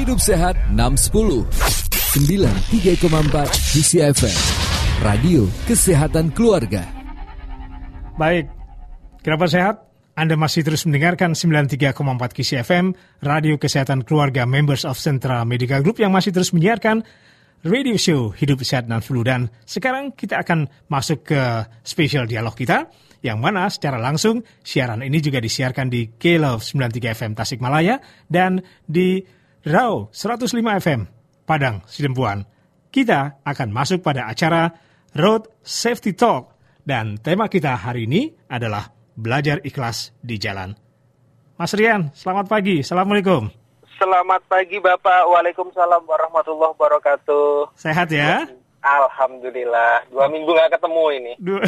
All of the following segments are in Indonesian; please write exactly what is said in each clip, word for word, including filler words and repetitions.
Hidup Sehat enam sepuluh sembilan puluh tiga koma empat K C F M Radio Kesehatan Keluarga. Baik, kerabat sehat, Anda masih terus mendengarkan sembilan puluh tiga koma empat K C F M Radio Kesehatan Keluarga Members of Central Medical Group yang masih terus menyiarkan radio show Hidup Sehat enam sepuluh. Dan sekarang kita akan masuk ke spesial dialog kita, yang mana secara langsung siaran ini juga disiarkan di K-Love sembilan puluh tiga F M Tasikmalaya dan di R A W seratus lima F M Padang Sidempuan. Kita akan masuk pada acara Road Safety Talk dan tema kita hari ini adalah belajar ikhlas di jalan. Mas Rian, selamat pagi. Assalamualaikum. Selamat pagi Bapak. Waalaikumsalam warahmatullahi wabarakatuh. Sehat ya? Alhamdulillah. Dua minggu gak ketemu ini. Dua.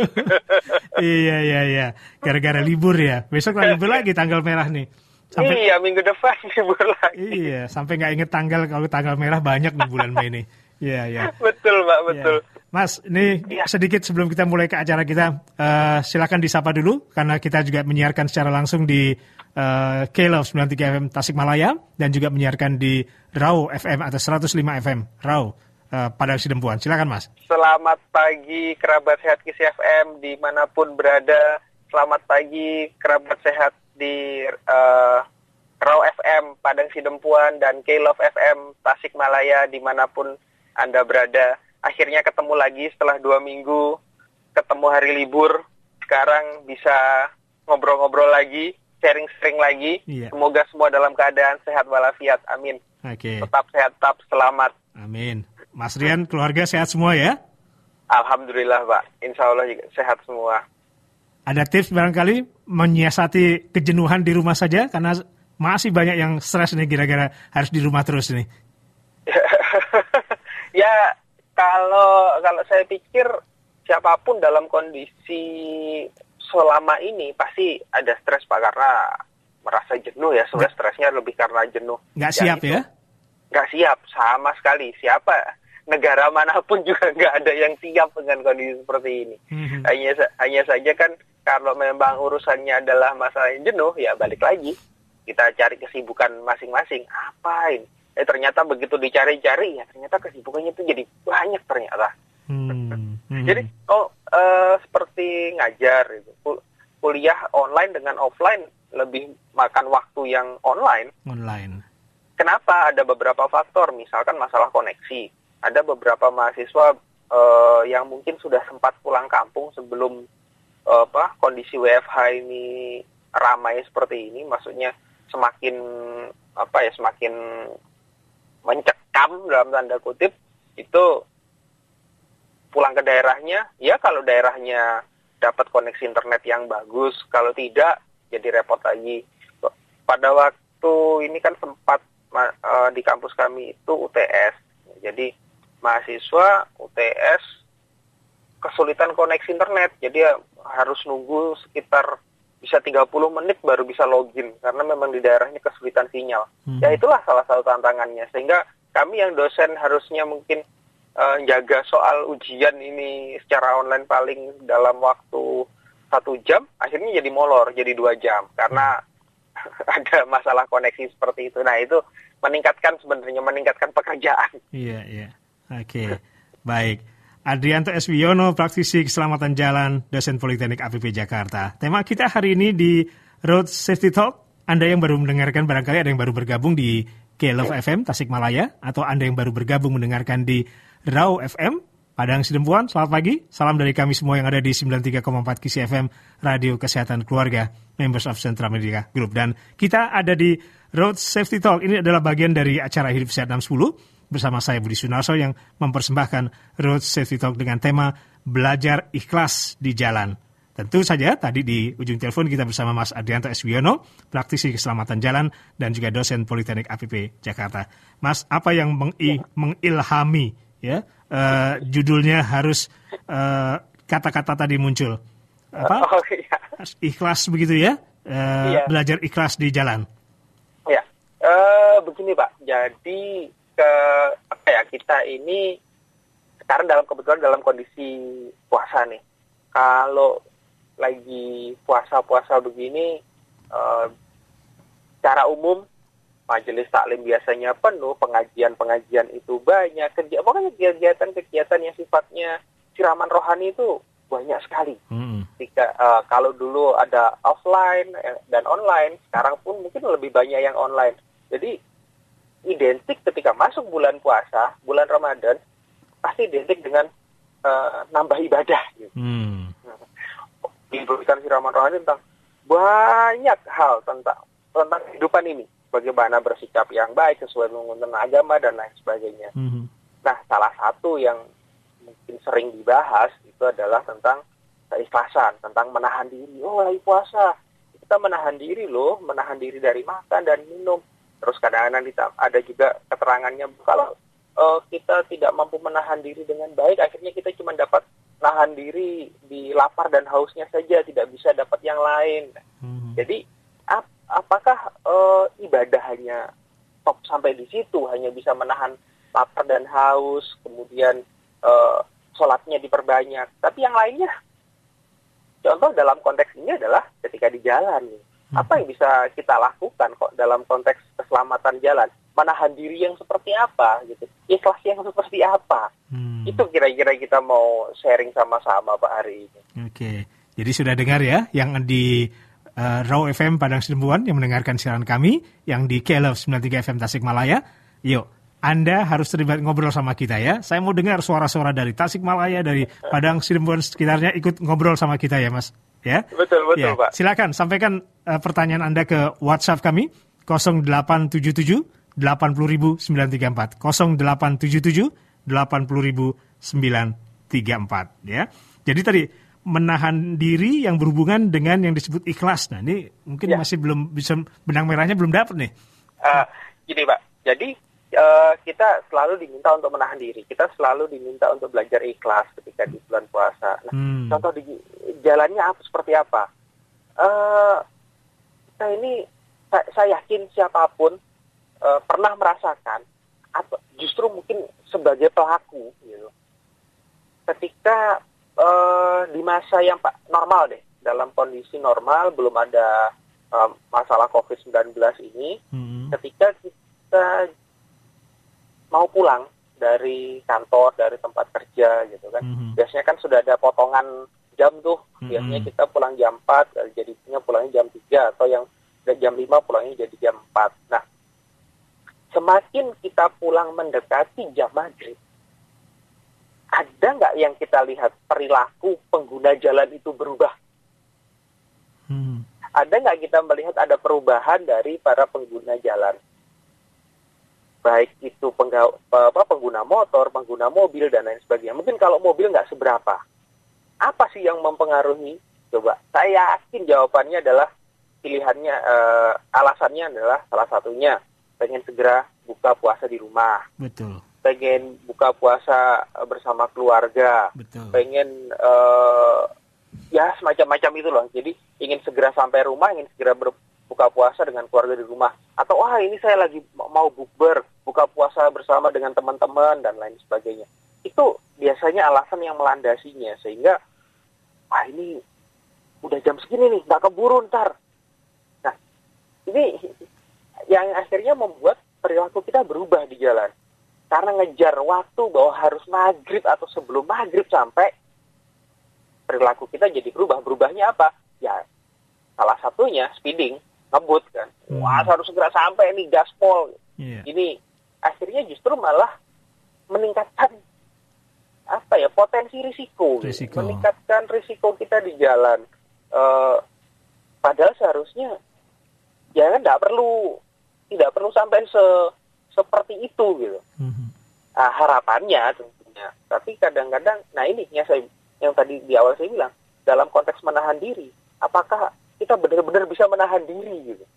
Iya, iya, iya. Gara-gara libur ya. Besok lah libur lagi, tanggal merah nih. Sampai, iya, minggu depan libur lagi. Iya, sampai gak inget tanggal, kalau tanggal merah banyak nih bulan Mei ini. Iya, iya. Betul, Pak, betul. Ya. Mas, ini ya. Sedikit sebelum kita mulai ke acara kita, uh, silakan disapa dulu, karena kita juga menyiarkan secara langsung di uh, K-Love sembilan puluh tiga F M Tasikmalaya, dan juga menyiarkan di R A W F M atau seratus lima F M, R A W. Uh, Padang Sidempuan. Silakan Mas. Selamat pagi kerabat sehat K C F M dimanapun berada. Selamat pagi kerabat sehat di uh, R A W F M Padang Sidempuan dan K-Love F M Tasikmalaya dimanapun Anda berada. Akhirnya ketemu lagi setelah dua minggu, ketemu hari libur. Sekarang bisa ngobrol-ngobrol lagi, sharing-sharing lagi. Iya. Semoga semua dalam keadaan sehat walafiat. Amin. Oke. Tetap sehat, tetap selamat. Amin. Mas Rian, keluarga sehat semua ya? Alhamdulillah Pak, insya Allah juga sehat semua. Ada tips barangkali menyiasati kejenuhan di rumah saja? Karena masih banyak yang stres nih gara-gara harus di rumah terus nih. Ya, kalau kalau saya pikir siapapun dalam kondisi selama ini pasti ada stres Pak, karena merasa jenuh ya. Sebenarnya stresnya lebih karena jenuh. Nggak siap ya? Nggak siap, sama sekali. Siapa? Negara manapun juga nggak ada yang siap dengan kondisi seperti ini. Mm-hmm. Hanya hanya saja kan kalau memang urusannya adalah masalah yang jenuh, ya balik lagi. Kita cari kesibukan masing-masing. Apain? Eh ternyata begitu dicari-cari, ya ternyata kesibukannya itu jadi banyak ternyata. Mm-hmm. Jadi, oh uh, seperti ngajar, gitu. Kuliah online dengan offline lebih makan waktu yang online. Online. Kenapa? Ada beberapa faktor, misalkan masalah koneksi. Ada beberapa mahasiswa uh, yang mungkin sudah sempat pulang kampung sebelum uh, apa kondisi W F H ini ramai seperti ini. Maksudnya semakin apa ya semakin mencekam dalam tanda kutip, itu pulang ke daerahnya. Ya kalau daerahnya dapat koneksi internet yang bagus, kalau tidak jadi repot lagi. Pada waktu ini kan sempat uh, di kampus kami itu U T S. Jadi mahasiswa U T S kesulitan koneksi internet, jadi harus nunggu sekitar bisa tiga puluh menit baru bisa login, karena memang di daerahnya kesulitan sinyal. Hmm. Ya itulah salah satu tantangannya, sehingga kami yang dosen harusnya mungkin uh, jaga soal ujian ini secara online paling dalam waktu satu jam, akhirnya jadi molor, jadi dua jam, karena ada masalah koneksi seperti itu. Nah itu meningkatkan sebenarnya, meningkatkan pekerjaan. Iya, iya. Oke, baik. Adrianto S. Wiono, praktisi keselamatan jalan, dosen Politeknik A P P Jakarta. Tema kita hari ini di Road Safety Talk. Anda yang baru mendengarkan, barangkali ada yang baru bergabung di K-Love F M Tasikmalaya, atau Anda yang baru bergabung mendengarkan di R A W F M Padang Sidempuan. Selamat pagi, salam dari kami semua yang ada di sembilan puluh tiga koma empat K C F M Radio Kesehatan Keluarga Members of Central Medical Group. Dan kita ada di Road Safety Talk. Ini adalah bagian dari acara Hidup Sehat enam sepuluh. Bersama saya Budi Sunarso yang mempersembahkan Road Safety Talk dengan tema belajar ikhlas di jalan. Tentu saja tadi di ujung telepon kita bersama Mas Adrianto S. Wiono, praktisi keselamatan jalan dan juga dosen Politeknik A P P Jakarta. Mas, apa yang mengi- mengilhami ya uh, judulnya harus uh, kata-kata tadi muncul? Apa? Oh, iya. Ikhlas begitu ya? Uh, iya. Belajar ikhlas di jalan. Ya, uh, begini Pak. Jadi ke apa ya kita ini sekarang dalam kebetulan dalam kondisi puasa nih. Kalau lagi puasa-puasa begini, uh, secara umum majelis taklim biasanya penuh, pengajian-pengajian itu banyak, kerja, pokoknya kegiatan-kegiatan yang sifatnya siraman rohani itu banyak sekali. Hmm. Jika uh, kalau dulu ada offline dan online, sekarang pun mungkin lebih banyak yang online. Jadi identik ketika masuk bulan puasa, bulan Ramadan, pasti identik dengan uh, nambah ibadah. Gitu. Hmm. Diberikan siraman rohani tentang banyak hal tentang tentang kehidupan ini. Bagaimana bersikap yang baik sesuai dengan agama dan lain sebagainya. Mm-hmm. Nah, salah satu yang mungkin sering dibahas itu adalah tentang keikhlasan, tentang menahan diri. Oh, lagi puasa, kita menahan diri loh, menahan diri dari makan dan minum. Terus kadang-kadang ada juga keterangannya, kalau uh, kita tidak mampu menahan diri dengan baik, akhirnya kita cuma dapat nahan diri di lapar dan hausnya saja, tidak bisa dapat yang lain. Mm-hmm. Jadi, ap- apakah uh, ibadah hanya stop sampai di situ, hanya bisa menahan lapar dan haus, kemudian uh, sholatnya diperbanyak, tapi yang lainnya, contoh dalam konteks ini adalah ketika di jalan, hmm. apa yang bisa kita lakukan kok dalam konteks keselamatan jalan, menahan diri yang seperti apa, gitu, ikhlas yang seperti apa, hmm. itu kira-kira kita mau sharing sama-sama Pak hari ini. Oke, jadi sudah dengar ya, yang di Uh, Raw F M Padang Sidempuan yang mendengarkan siaran kami, yang di K L F sembilan puluh tiga F M Tasikmalaya. Yuk, Anda harus terlibat ngobrol sama kita ya. Saya mau dengar suara-suara dari Tasikmalaya, dari Padang Sidempuan sekitarnya, ikut ngobrol sama kita ya Mas. Ya? Betul, betul ya. Pak. Silakan sampaikan uh, pertanyaan Anda ke WhatsApp kami nol delapan tujuh tujuh delapan nol nol sembilan tiga empat nol delapan tujuh tujuh delapan nol nol sembilan tiga empat ya. Jadi tadi menahan diri yang berhubungan dengan yang disebut ikhlas. Nah, ini mungkin ya. Masih belum bisa, benang merahnya belum dapat nih. Uh, gini Pak, jadi uh, kita selalu diminta untuk menahan diri. Kita selalu diminta untuk belajar ikhlas ketika di bulan puasa. Nah, hmm. contoh di jalannya apa, seperti apa? Uh, kita ini, saya, saya yakin siapapun uh, pernah merasakan, atau justru mungkin sebagai pelaku, gitu. Ketika Uh, di masa yang pak normal deh, dalam kondisi normal, belum ada uh, masalah covid sembilan belas ini, mm-hmm. ketika kita mau pulang dari kantor, dari tempat kerja gitu kan, mm-hmm. biasanya kan sudah ada potongan jam tuh, mm-hmm. biasanya kita pulang jam empat, jadinya pulangnya jam tiga, atau yang jam lima pulangnya jadi jam empat. Nah, semakin kita pulang mendekati jam maghrib, ada nggak yang kita lihat perilaku pengguna jalan itu berubah? Hmm. Ada nggak kita melihat ada perubahan dari para pengguna jalan? Baik itu penggaw, apa, pengguna motor, pengguna mobil, dan lain sebagainya. Mungkin kalau mobil nggak seberapa. Apa sih yang mempengaruhi? Coba, saya yakin jawabannya adalah pilihannya, eh, alasannya adalah salah satunya pengen segera buka puasa di rumah. Betul. Pengen buka puasa bersama keluarga, betul. Pengen uh, ya semacam-macam itu loh. Jadi ingin segera sampai rumah, ingin segera berbuka puasa dengan keluarga di rumah. Atau wah ini saya lagi mau bukber, buka puasa bersama dengan teman-teman dan lain sebagainya. Itu biasanya alasan yang melandasinya, sehingga wah ini udah jam segini nih, nggak keburu ntar. Nah ini yang akhirnya membuat perilaku kita berubah di jalan. Karena ngejar waktu bahwa harus maghrib atau sebelum maghrib sampai, perilaku kita jadi berubah. Berubahnya apa? Ya, salah satunya speeding, ngebut kan. Hmm. Wah, harus segera sampai nih, gaspol. Yeah. Ini akhirnya justru malah meningkatkan apa ya, potensi risiko. risiko. Meningkatkan risiko kita di jalan. Uh, padahal seharusnya, ya kan nggak perlu, tidak perlu sampai se seperti itu gitu. Mm-hmm. Nah, harapannya tentunya. Tapi kadang-kadang, nah ini yang saya, yang tadi di awal saya bilang, dalam konteks menahan diri, apakah kita benar-benar bisa menahan diri gitu?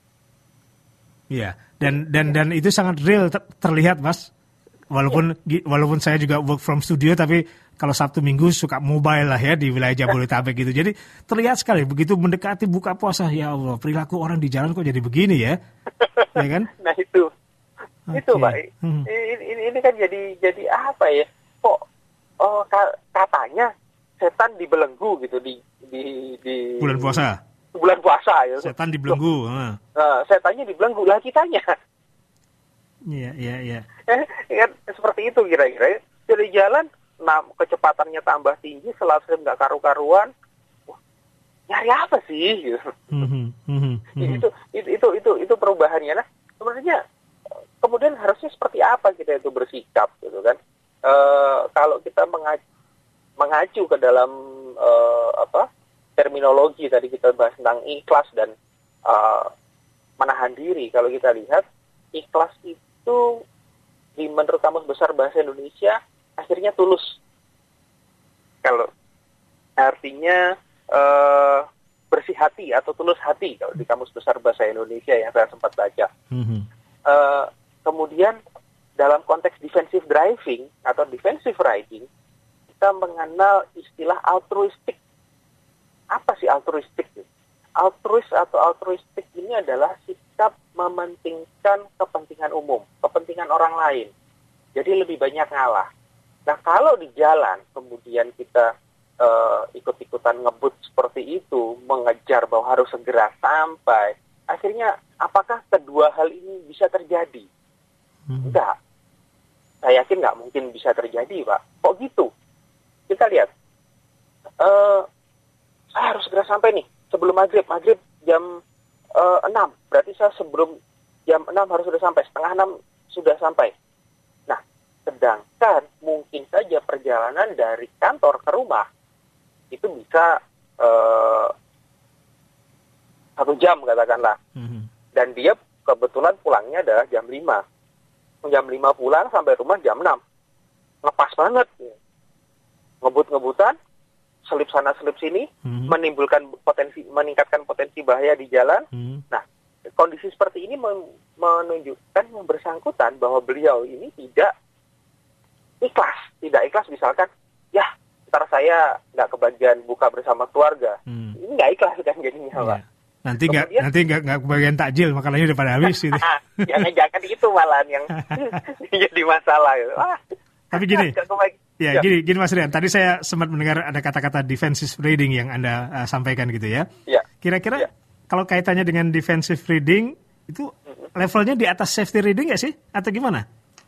Iya, dan dan dan itu sangat real ter- terlihat, Mas. Walaupun ya. walaupun saya juga work from studio, tapi kalau Sabtu Minggu suka mobile lah ya di wilayah Jabodetabek gitu. Jadi terlihat sekali begitu mendekati buka puasa, ya Allah, perilaku orang di jalan kok jadi begini ya, ya kan? Nah itu. Okay. Itu Pak, hmm. ini, ini, ini kan jadi jadi apa ya? Kok oh, ka, katanya setan dibelenggu gitu di di di bulan puasa. bulan puasa ya. Setan dibelenggu. Uh, setannya dibelenggu lah kitanya. Iya, iya, iya. Eh, kan seperti itu kira-kira. Jadi jalan, nah, kecepatannya tambah tinggi, selasrim nggak karu-karuan. Wah, nyari apa sih? Gitu. Mm-hmm, mm-hmm, mm-hmm. Itu, itu, itu, itu, itu perubahannya. Nah, sebenarnya kemudian harusnya seperti apa kita itu bersikap, gitu kan? E, kalau kita mengacu, mengacu ke dalam e, apa terminologi tadi kita bahas tentang ikhlas dan e, menahan diri. Kalau kita lihat ikhlas itu di menurut Kamus Besar Bahasa Indonesia akhirnya tulus. Kalau artinya e, bersih hati atau tulus hati kalau di Kamus Besar Bahasa Indonesia yang saya sempat baca. Mm-hmm. E, kemudian dalam konteks defensive driving atau defensive riding, kita mengenal istilah altruistik. Apa sih altruistik? Altruis atau altruistik ini adalah sikap mementingkan kepentingan umum, kepentingan orang lain. Jadi lebih banyak ngalah. Nah, kalau di jalan kemudian kita uh, ikut-ikutan ngebut seperti itu, mengejar bahwa harus segera sampai, akhirnya apakah kedua hal ini bisa terjadi? Hmm. Enggak. Saya yakin nggak mungkin bisa terjadi, Pak. Kok gitu? Kita lihat. Uh, saya harus segera sampai nih, sebelum maghrib. Maghrib jam uh, enam. Berarti saya sebelum jam enam harus sudah sampai. Setengah enam sudah sampai. Nah, sedangkan mungkin saja perjalanan dari kantor ke rumah itu bisa uh, satu jam katakanlah. Mm-hmm. Dan dia kebetulan pulangnya adalah jam lima. Jam lima pulang sampai rumah jam enam. Ngepas banget. Ngebut-ngebutan, selip sana selip sini, mm-hmm. menimbulkan potensi, meningkatkan potensi bahaya di jalan. Mm-hmm. Nah, kondisi seperti ini menunjukkan yang bersangkutan bahwa beliau ini tidak ikhlas. Tidak ikhlas misalkan, ya ntar saya nggak kebagian buka bersama keluarga. Mm. Ini nggak ikhlas kan jadinya, yeah. Pak. Nanti nggak nanti nggak nggak kebagian takjil, makanannya udah pada habis gitu. Jangan-jangan itu malahan yang jadi masalah. Ah, tapi gini, ya, ya gini, gini Mas Rian. Tadi saya sempat mendengar ada kata-kata defensive reading yang Anda uh, sampaikan gitu ya. Ya. Kira-kira ya. Kalau kaitannya dengan defensive reading itu levelnya di atas safety reading nggak sih? Atau gimana?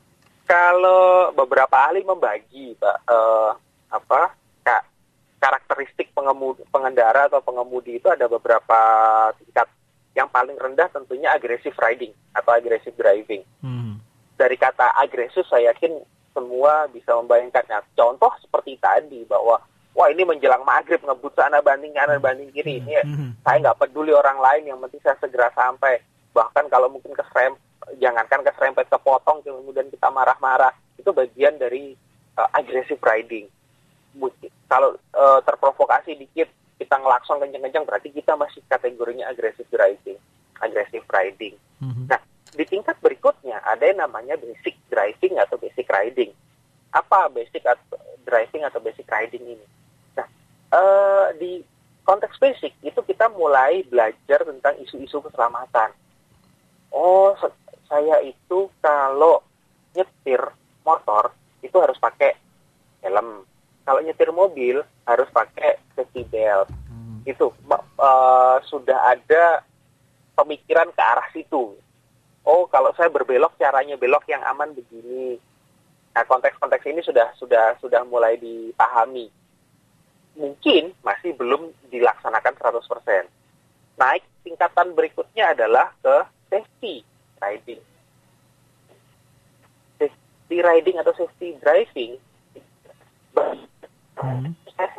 Kalau beberapa ahli membagi, Pak, uh, apa? karakteristik pengemudi, pengendara atau pengemudi itu ada beberapa tingkat. Yang paling rendah tentunya aggressive riding atau aggressive driving. Hmm. Dari kata agresif saya yakin semua bisa membayangkan. Nah, contoh seperti tadi bahwa wah ini menjelang maghrib ngebut sana banding kanan banding kiri. Ini hmm. saya nggak peduli orang lain, yang penting saya segera sampai. Bahkan kalau mungkin keserempet, jangankan keserempet kepotong kemudian kita marah-marah, itu bagian dari uh, aggressive riding. Kalau uh, terprovokasi dikit kita ngelakson kenceng-kenceng berarti kita masih kategorinya aggressive driving, aggressive riding. Mm-hmm. Nah, di tingkat berikutnya ada yang namanya basic driving atau basic riding. Apa basic atau driving atau basic riding ini? Nah, uh, di konteks basic itu kita mulai belajar tentang isu-isu keselamatan. Oh, saya itu kalau nyetir motor itu harus pakai helm. Kalau nyetir mobil harus pakai safety belt. Hmm. Itu uh, sudah ada pemikiran ke arah situ. Oh, kalau saya berbelok caranya belok yang aman begini. Nah, konteks-konteks ini sudah sudah sudah mulai dipahami. Mungkin masih belum dilaksanakan seratus persen. Naik tingkatan berikutnya adalah ke safety riding. Safety riding atau safety driving Hmm.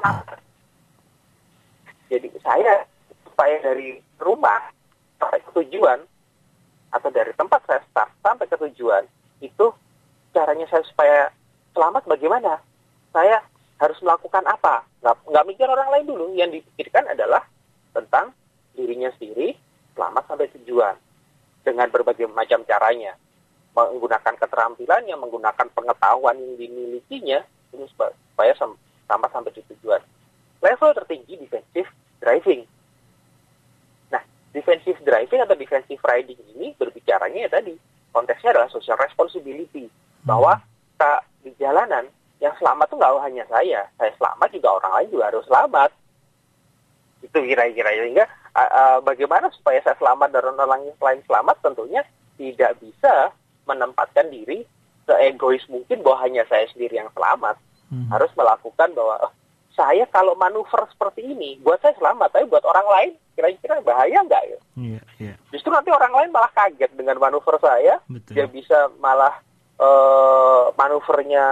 Jadi saya supaya dari rumah sampai ke tujuan atau dari tempat saya start sampai ke tujuan itu caranya saya supaya selamat bagaimana? Saya harus melakukan apa? Nggak, nggak mikir orang lain dulu. Yang dipikirkan adalah tentang dirinya sendiri selamat sampai tujuan dengan berbagai macam caranya, menggunakan keterampilannya, menggunakan pengetahuan yang dimilikinya ini supaya sama sampai di tujuan. Level tertinggi defensive driving. Nah, defensive driving atau defensive riding ini berbicaranya ya tadi, konteksnya adalah social responsibility. Bahwa tak di jalanan, yang selamat itu nggak hanya saya. Saya selamat juga orang lain juga harus selamat. Itu kira-kira. Sehingga uh, uh, bagaimana supaya saya selamat dan orang lain selamat? Tentunya tidak bisa menempatkan diri se-egois mungkin bahwa hanya saya sendiri yang selamat. Hmm. Harus melakukan bahwa oh, saya kalau manuver seperti ini buat saya selamat, tapi buat orang lain kira-kira bahaya nggak ya? Yeah, yeah. Justru nanti orang lain malah kaget dengan manuver saya. Betul. Dia bisa malah uh, manuvernya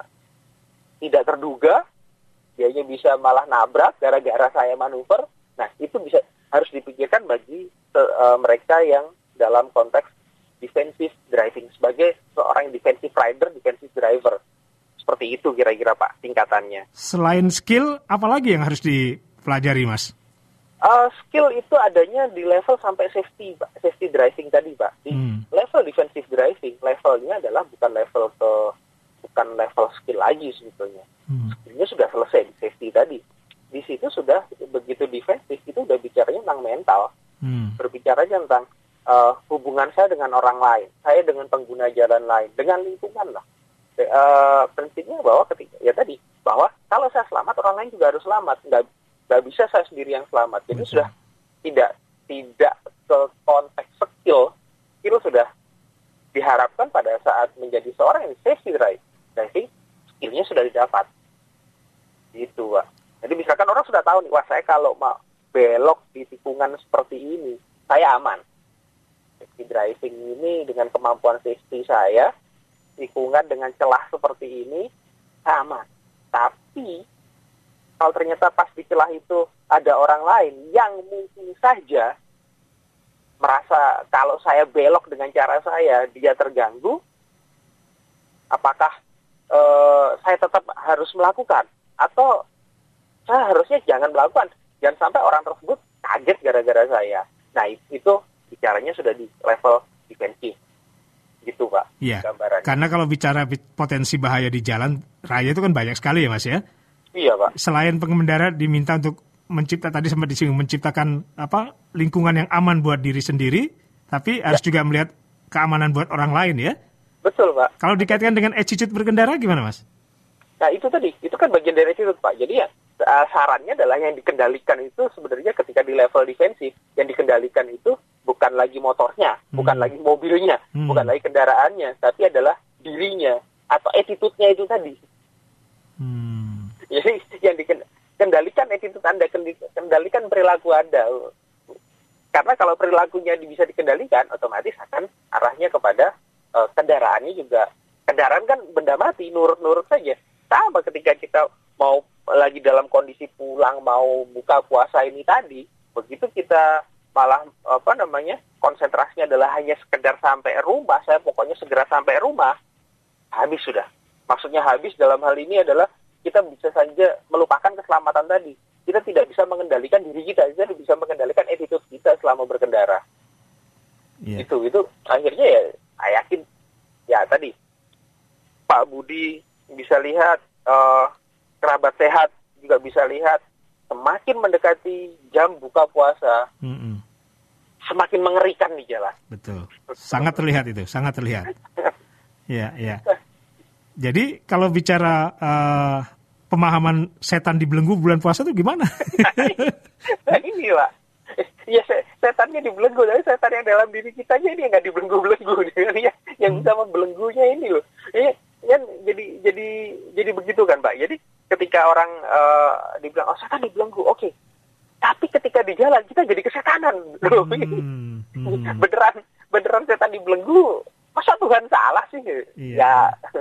tidak terduga, dianya bisa malah nabrak gara-gara saya manuver. Nah, itu bisa harus dipikirkan bagi uh, mereka yang dalam konteks defensive driving, sebagai seorang defensive rider, defensive driver. Seperti itu kira-kira Pak tingkatannya. Selain skill, apa lagi yang harus dipelajari Mas? Uh, skill itu adanya di level sampai safety, Pak. Safety driving tadi Pak. Di hmm. level defensive driving, levelnya adalah bukan level ke bukan level skill lagi sebetulnya. Hmm. Skillnya sudah selesai di safety tadi. Di situ sudah begitu defensif, itu udah bicaranya tentang mental. Hmm. Berbicaranya tentang uh, hubungan saya dengan orang lain, saya dengan pengguna jalan lain, dengan lingkungan lah. Uh, prinsipnya bahwa ketika ya tadi bahwa kalau saya selamat orang lain juga harus selamat, nggak nggak bisa saya sendiri yang selamat. Jadi Betul. sudah tidak tidak ke konteks skill, skill sudah diharapkan pada saat menjadi seorang yang safety driving, skillnya sudah didapat. Gitu Pak. Jadi misalkan orang sudah tahu nih, wah saya kalau mau belok di tikungan seperti ini, saya aman. Safety driving ini dengan kemampuan safety saya, tikungan dengan celah seperti ini, aman. Tapi, kalau ternyata pas di celah itu ada orang lain yang mungkin saja merasa kalau saya belok dengan cara saya, dia terganggu, apakah uh, saya tetap harus melakukan? Atau saya harusnya jangan melakukan, jangan sampai orang tersebut kaget gara-gara saya. Nah itu bicaranya sudah di level defensif, gitu Pak. Iya. Karena kalau bicara potensi bahaya di jalan raya itu kan banyak sekali ya Mas ya. Iya Pak. Selain pengendara diminta untuk mencipta tadi sempat disinggung menciptakan apa lingkungan yang aman buat diri sendiri, tapi ya. harus juga melihat keamanan buat orang lain ya. Betul Pak. Kalau dikaitkan dengan attitude berkendara gimana Mas? Nah itu tadi, itu kan bagian dari attitude Pak. Jadi ya Uh, sarannya adalah yang dikendalikan itu sebenarnya ketika di level defensif, yang dikendalikan itu bukan lagi motornya, hmm. bukan lagi mobilnya, hmm. bukan lagi kendaraannya, tapi adalah dirinya atau attitude-nya itu tadi. Hmm. Jadi yang dikendalikan attitude Anda, kendalikan perilaku Anda. Karena kalau perilakunya bisa dikendalikan, otomatis akan arahnya kepada uh, kendaraannya juga. Kendaraan kan benda mati, nurut-nurut saja. Sama ketika kita mau lagi dalam kondisi pulang mau buka puasa ini tadi, begitu kita malah apa namanya konsentrasinya adalah hanya sekedar sampai rumah, saya pokoknya segera sampai rumah, habis sudah. Maksudnya habis dalam hal ini adalah kita bisa saja melupakan keselamatan tadi. Kita tidak bisa mengendalikan diri kita, kita tidak bisa mengendalikan attitude kita selama berkendara. Yeah. Itu itu akhirnya ya saya yakin ya tadi Pak Budi bisa lihat. Uh, Kerabat sehat juga bisa lihat semakin mendekati jam buka puasa, mm-mm. semakin mengerikan di jalan. Betul, sangat terlihat itu, sangat terlihat. Ya, ya. Jadi kalau bicara uh, pemahaman setan dibelenggu bulan puasa itu gimana? Nah ini Pak, ya setannya dibelenggu, tapi setan yang dalam diri kita aja ini yang nggak dibelenggu-belenggu, ya, yang bisa membelenggunya ini loh. Ini kan jadi jadi jadi begitu kan Pak. Jadi ketika orang uh, dibilang oh setan dibelenggu, oke. Okay. Tapi ketika di jalan kita jadi kesetanan. Hmm, hmm. beneran beneran setan dibelenggu. Masa Tuhan salah sih? Iya. Ya.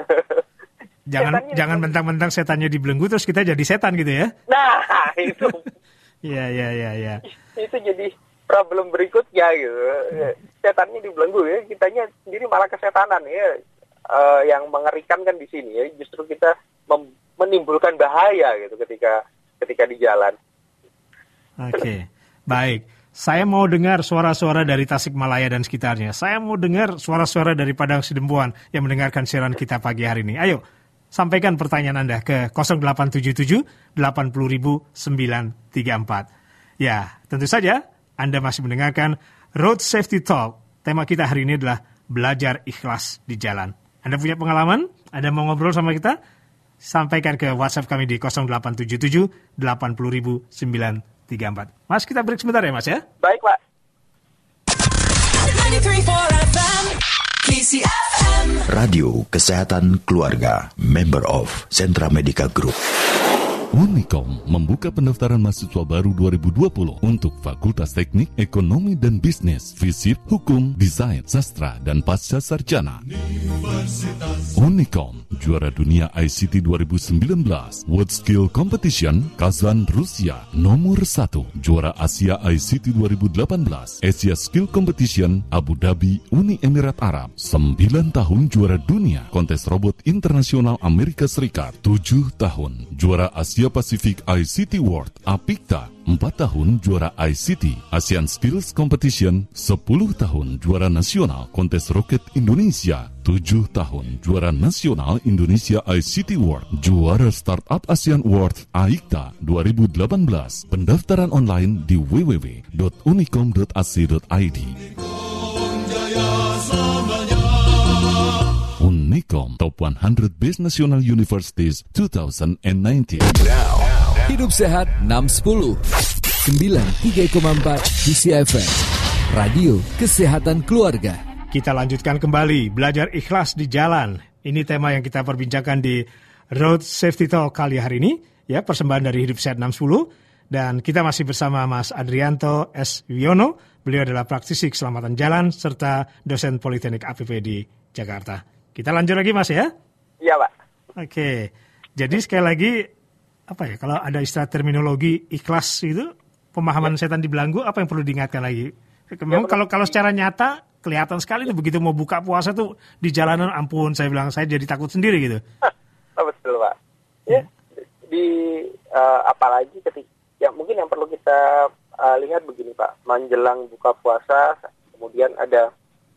Jangan jangan mentang-mentang setannya dibelenggu terus kita jadi setan gitu ya. Nah, itu. Iya, iya, iya, iya. Itu jadi problem berikutnya gitu. Setannya dibelenggu ya, kitanya sendiri malah kesetanan ya. Uh, yang mengerikan kan di sini ya, justru kita mem- menimbulkan bahaya gitu ketika ketika di jalan. Oke, okay. Baik. Saya mau dengar suara-suara dari Tasikmalaya dan sekitarnya. Saya mau dengar suara-suara dari Padang Sidempuan yang mendengarkan siaran kita pagi hari ini. Ayo, sampaikan pertanyaan Anda ke nol delapan tujuh tujuh delapan nol nol sembilan tiga empat. Ya, tentu saja Anda masih mendengarkan Road Safety Talk. Tema kita hari ini adalah belajar ikhlas di jalan. Anda punya pengalaman? Anda mau ngobrol sama kita? Sampaikan ke WhatsApp kami di nol delapan tujuh tujuh delapan nol nol sembilan tiga empat. Mas, kita break sebentar ya Mas ya? Baik Pak. Radio Kesehatan Keluarga, member of Sentra Medica Group. Unicom membuka pendaftaran mahasiswa baru dua ribu dua puluh untuk Fakultas Teknik, Ekonomi dan Bisnis, Fisip, Hukum, Desain, Sastra, dan Pasca Sarjana. Unicom, juara dunia I C T dua ribu sembilan belas, World Skill Competition, Kazan, Rusia, nomor satu, juara Asia I C T dua ribu delapan belas, Asia Skill Competition, Abu Dhabi, Uni Emirat Arab, sembilan tahun juara dunia, Kontes Robot Internasional Amerika Serikat, tujuh tahun, juara Asia Pacific I C T World, APIKTA, empat tahun juara I C T, ASEAN Skills Competition, sepuluh tahun juara nasional Kontes Roket Indonesia, tujuh tahun juara nasional Indonesia I C T World, juara Startup ASEAN Award A I K T A dua ribu delapan belas. Pendaftaran online di w w w dot unicom dot a c dot i d. Unicom Top seratus Best National Universities dua ribu sembilan belas. Hidup Sehat enam sepuluh sembilan tiga koma empat di C F M Radio Kesehatan Keluarga. Kita lanjutkan kembali belajar ikhlas di jalan. Ini tema yang kita perbincangkan di Road Safety Talk kali hari ini, ya, persembahan dari Hidup Sehat enam sepuluh, dan kita masih bersama Mas Adrianto S. Wiono. Beliau adalah praktisi keselamatan jalan serta dosen Politeknik A P P di Jakarta. Kita lanjut lagi Mas ya? Iya Pak. Oke. Jadi sekali lagi, apa ya, kalau ada istilah terminologi ikhlas itu, pemahaman ya. Setan di belanggu, apa yang perlu diingatkan lagi? Memang ya, kalau kalau secara nyata kelihatan sekali tuh, begitu mau buka puasa tuh di jalanan, ampun, saya bilang saya jadi takut sendiri gitu. Oh, betul Pak. Ya, di uh, apalagi ketika, ya mungkin yang perlu kita uh, lihat begini Pak, menjelang buka puasa, kemudian ada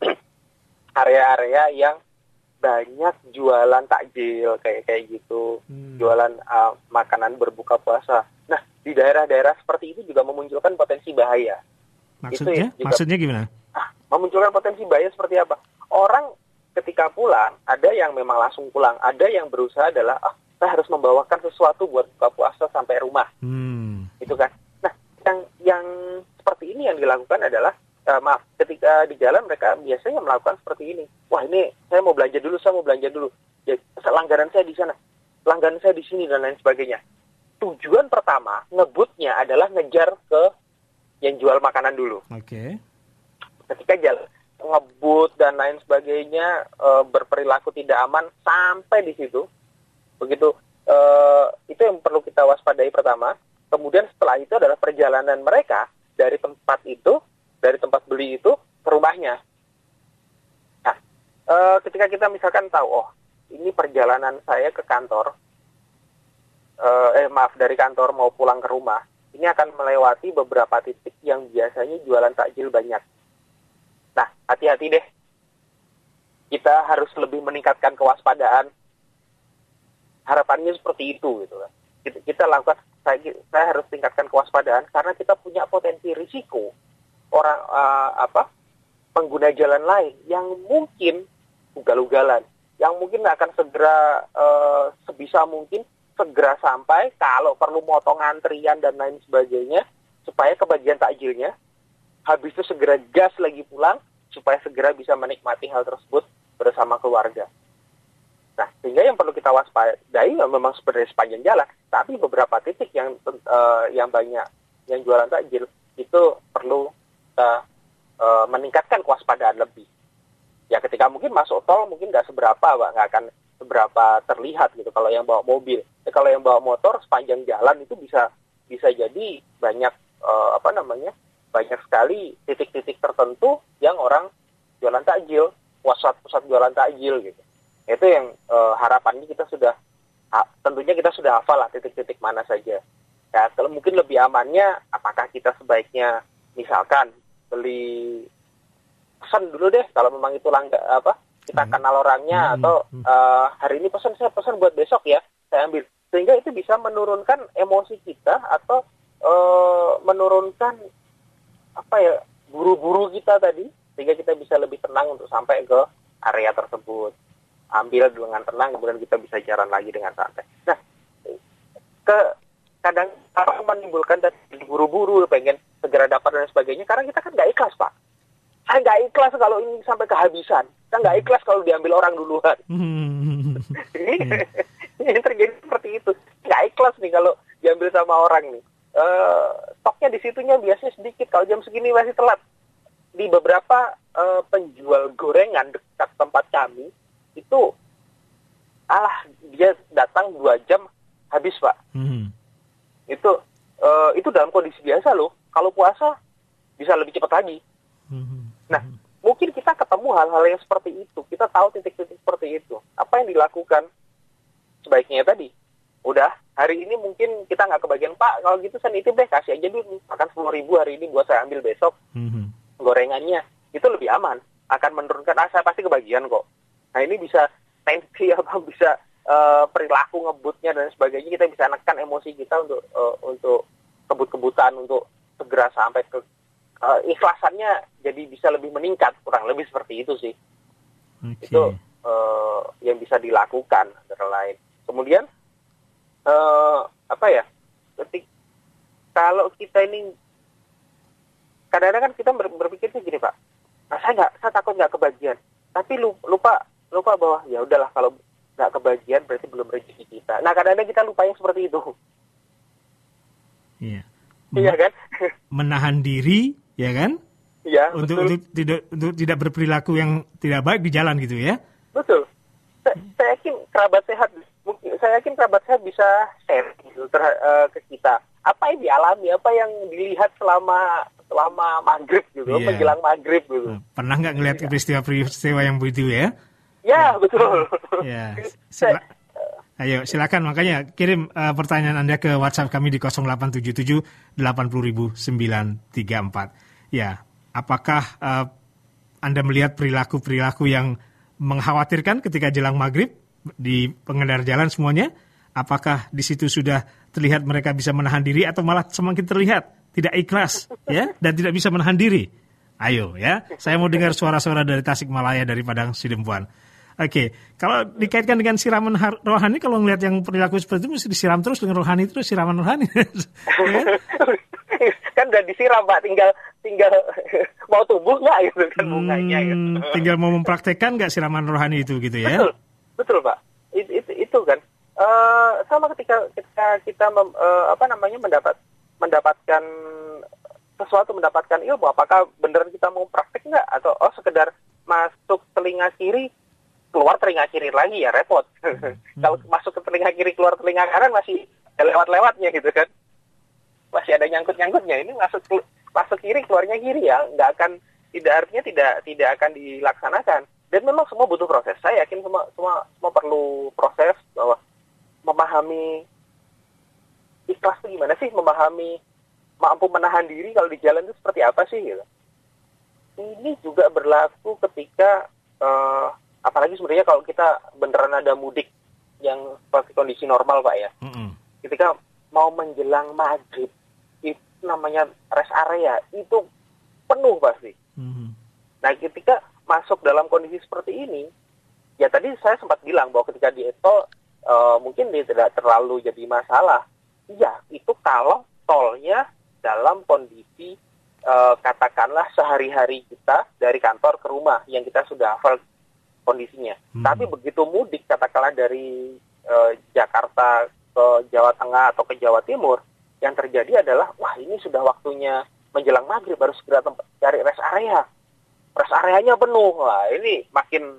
area-area yang banyak jualan takjil kayak kayak gitu, hmm. jualan uh, makanan berbuka puasa. Nah, di daerah-daerah seperti itu juga memunculkan potensi bahaya. Maksudnya? Itu ya, juga, maksudnya gimana? Ah, memunculkan potensi bahaya seperti apa? Orang ketika pulang, ada yang memang langsung pulang, ada yang berusaha adalah, ah, saya harus membawakan sesuatu buat buka puasa sampai rumah. Hmm. Itu kan. Nah, yang yang seperti ini yang dilakukan adalah, Uh, maaf, ketika di jalan mereka biasanya melakukan seperti ini. Wah, ini saya mau belanja dulu, saya mau belanja dulu. Ya, langganan saya di sana, langganan saya di sini, dan lain sebagainya. Tujuan pertama, ngebutnya adalah ngejar ke yang jual makanan dulu. Oke. Okay. Ketika jalan, ngebut dan lain sebagainya, uh, berperilaku tidak aman sampai di situ. Begitu, uh, itu yang perlu kita waspadai pertama. Kemudian setelah itu adalah perjalanan mereka dari tempat itu, dari tempat beli itu ke rumahnya. Nah, e, ketika kita misalkan tahu, oh, ini perjalanan saya ke kantor, e, eh maaf, dari kantor mau pulang ke rumah, ini akan melewati beberapa titik yang biasanya jualan takjil banyak. Nah, hati-hati deh. Kita harus lebih meningkatkan kewaspadaan. Harapannya seperti itu, gitu kan. Kita, kita lakukan, saya, saya harus tingkatkan kewaspadaan karena kita punya potensi risiko orang uh, apa pengguna jalan lain yang mungkin ugal-ugalan, yang mungkin akan segera uh, sebisa mungkin segera sampai, kalau perlu motong antrian dan lain sebagainya supaya kebagian takjilnya, habis itu segera gas lagi pulang supaya segera bisa menikmati hal tersebut bersama keluarga. Nah, sehingga yang perlu kita waspadai memang sebenarnya sepanjang jalan, tapi beberapa titik yang uh, yang banyak yang jualan takjil itu perlu kita uh, meningkatkan kewaspadaan lebih. Ya, ketika mungkin masuk tol mungkin nggak seberapa, Pak, nggak akan seberapa terlihat gitu kalau yang bawa mobil. Ya, kalau yang bawa motor sepanjang jalan itu bisa bisa jadi banyak uh, apa namanya banyak sekali titik-titik tertentu yang orang jualan takjil, pusat-pusat jualan takjil gitu. Itu yang uh, harapannya kita sudah ha, tentunya kita sudah hafal lah titik-titik mana saja. Ya, kalau mungkin lebih amannya, apakah kita sebaiknya misalkan beli pesan dulu deh kalau memang itu langga apa kita hmm. kenal orangnya, hmm. atau uh, hari ini pesan, saya pesan buat besok ya saya ambil, sehingga itu bisa menurunkan emosi kita atau uh, menurunkan apa ya buru-buru kita tadi, sehingga kita bisa lebih tenang untuk sampai ke area tersebut, ambil dengan tenang, kemudian kita bisa jalan lagi dengan santai. Nah, ke kadang apa menimbulkan dan buru-buru pengen segera dapat dan sebagainya, karena kita kan nggak ikhlas, Pak. Saya nggak ikhlas kalau ini sampai kehabisan. Saya nggak ikhlas kalau diambil orang duluan. Ini ini terjadi seperti itu. Nggak ikhlas nih kalau diambil sama orang nih. Uh, stoknya di situnya biasanya sedikit. Kalau jam segini masih telat. Di beberapa uh, penjual gorengan dekat tempat kami itu, alah dia datang dua jam habis, Pak. Hmm. Itu uh, itu dalam kondisi biasa loh. Kalau puasa bisa lebih cepat lagi. Hmm. Nah, mungkin kita ketemu hal-hal yang seperti itu. Kita tahu titik-titik seperti itu. Apa yang dilakukan? Sebaiknya tadi, udah hari ini mungkin kita nggak kebagian, Pak, kalau gitu saya nitip deh, kasih aja dulu makan sepuluh ribu hari ini buat saya ambil besok. Hmm. Gorengannya itu lebih aman, akan menurunkan, ah saya pasti kebagian kok. Nah ini bisa tensi apa bisa uh, perilaku ngebutnya dan sebagainya, kita bisa nekan emosi kita untuk uh, untuk kebut-kebutan, untuk segera sampai ke uh, ikhlasannya jadi bisa lebih meningkat, kurang lebih seperti itu sih. Okay. Itu uh, yang bisa dilakukan antara lain. Kemudian uh, apa ya? Ketik kalau kita ini kadang-kadang kan kita ber- berpikirnya gini, Pak. Nah, saya nggak, saya takut nggak kebagian. Tapi lupa lupa bahwa ya udahlah kalau nggak kebagian berarti belum rezeki kita. Nah kadang-kadang kita lupa yang seperti itu. Iya. Men- iya kan? Menahan diri, ya kan? Iya. Untuk, untuk tidak untuk tidak berperilaku yang tidak baik di jalan gitu ya? Betul. Saya, saya yakin kerabat sehat, mungkin saya yakin kerabat sehat bisa share gitu ter- uh, ke kita. Apa yang dialami, apa yang dilihat selama selama maghrib gitu, yeah. menjelang maghrib gitu. Pernah nggak ngelihat yeah. peristiwa-peristiwa yang begitu ya? Ya, betul. Ya. Sila- Ayo, silakan makanya kirim uh, pertanyaan Anda ke WhatsApp kami di nol delapan tujuh tujuh delapan nol nol sembilan tiga empat. Ya, apakah uh, Anda melihat perilaku-perilaku yang mengkhawatirkan ketika jelang maghrib di pengendara jalan semuanya? Apakah di situ sudah terlihat mereka bisa menahan diri atau malah semakin terlihat tidak ikhlas ya dan tidak bisa menahan diri? Ayo ya, saya mau dengar suara-suara dari Tasikmalaya, dari Padang Sidempuan. Oke, kalau dikaitkan dengan siraman rohani, kalau ngelihat yang perilaku seperti itu mesti disiram terus dengan rohani, terus siraman rohani. Ya? Kan udah disiram, Pak, tinggal tinggal mau tumbuh nggak gitu kan bunganya. Hmm, gitu. Tinggal mau mempraktekkan nggak siraman rohani itu gitu ya? Betul, betul Pak. It, it, itu kan uh, sama ketika ketika kita mem, uh, apa namanya mendapat mendapatkan sesuatu, mendapatkan ilmu, apakah beneran kita mau praktek nggak atau oh sekedar masuk telinga kiri keluar telinga kiri lagi ya repot. Hmm. Kalau masuk ke telinga kiri keluar telinga kanan masih lewat-lewatnya gitu kan. Masih ada nyangkut-nyangkutnya. Ini masuk masuk kiri keluarnya kiri ya, nggak akan, tidak artinya tidak tidak akan dilaksanakan. Dan memang semua butuh proses. Saya yakin semua semua semua perlu proses, bahwa memahami ikhlas itu gimana sih, memahami mampu menahan diri kalau di jalan itu seperti apa sih gitu. Ini juga berlaku ketika uh, apalagi sebenarnya kalau kita beneran ada mudik yang seperti kondisi normal, Pak ya. Mm-hmm. Ketika mau menjelang maghrib, itu namanya rest area, itu penuh pasti. Mm-hmm. Nah ketika masuk dalam kondisi seperti ini, ya tadi saya sempat bilang bahwa ketika di tol, uh, mungkin dia tidak terlalu jadi masalah. Iya, itu kalau tolnya dalam kondisi, uh, katakanlah sehari-hari kita dari kantor ke rumah, yang kita sudah hafal kondisinya. Hmm. Tapi begitu mudik, katakanlah dari e, Jakarta ke Jawa Tengah atau ke Jawa Timur, yang terjadi adalah, wah ini sudah waktunya menjelang maghrib, harus segera tempat cari rest area. Rest areanya penuh. Wah ini makin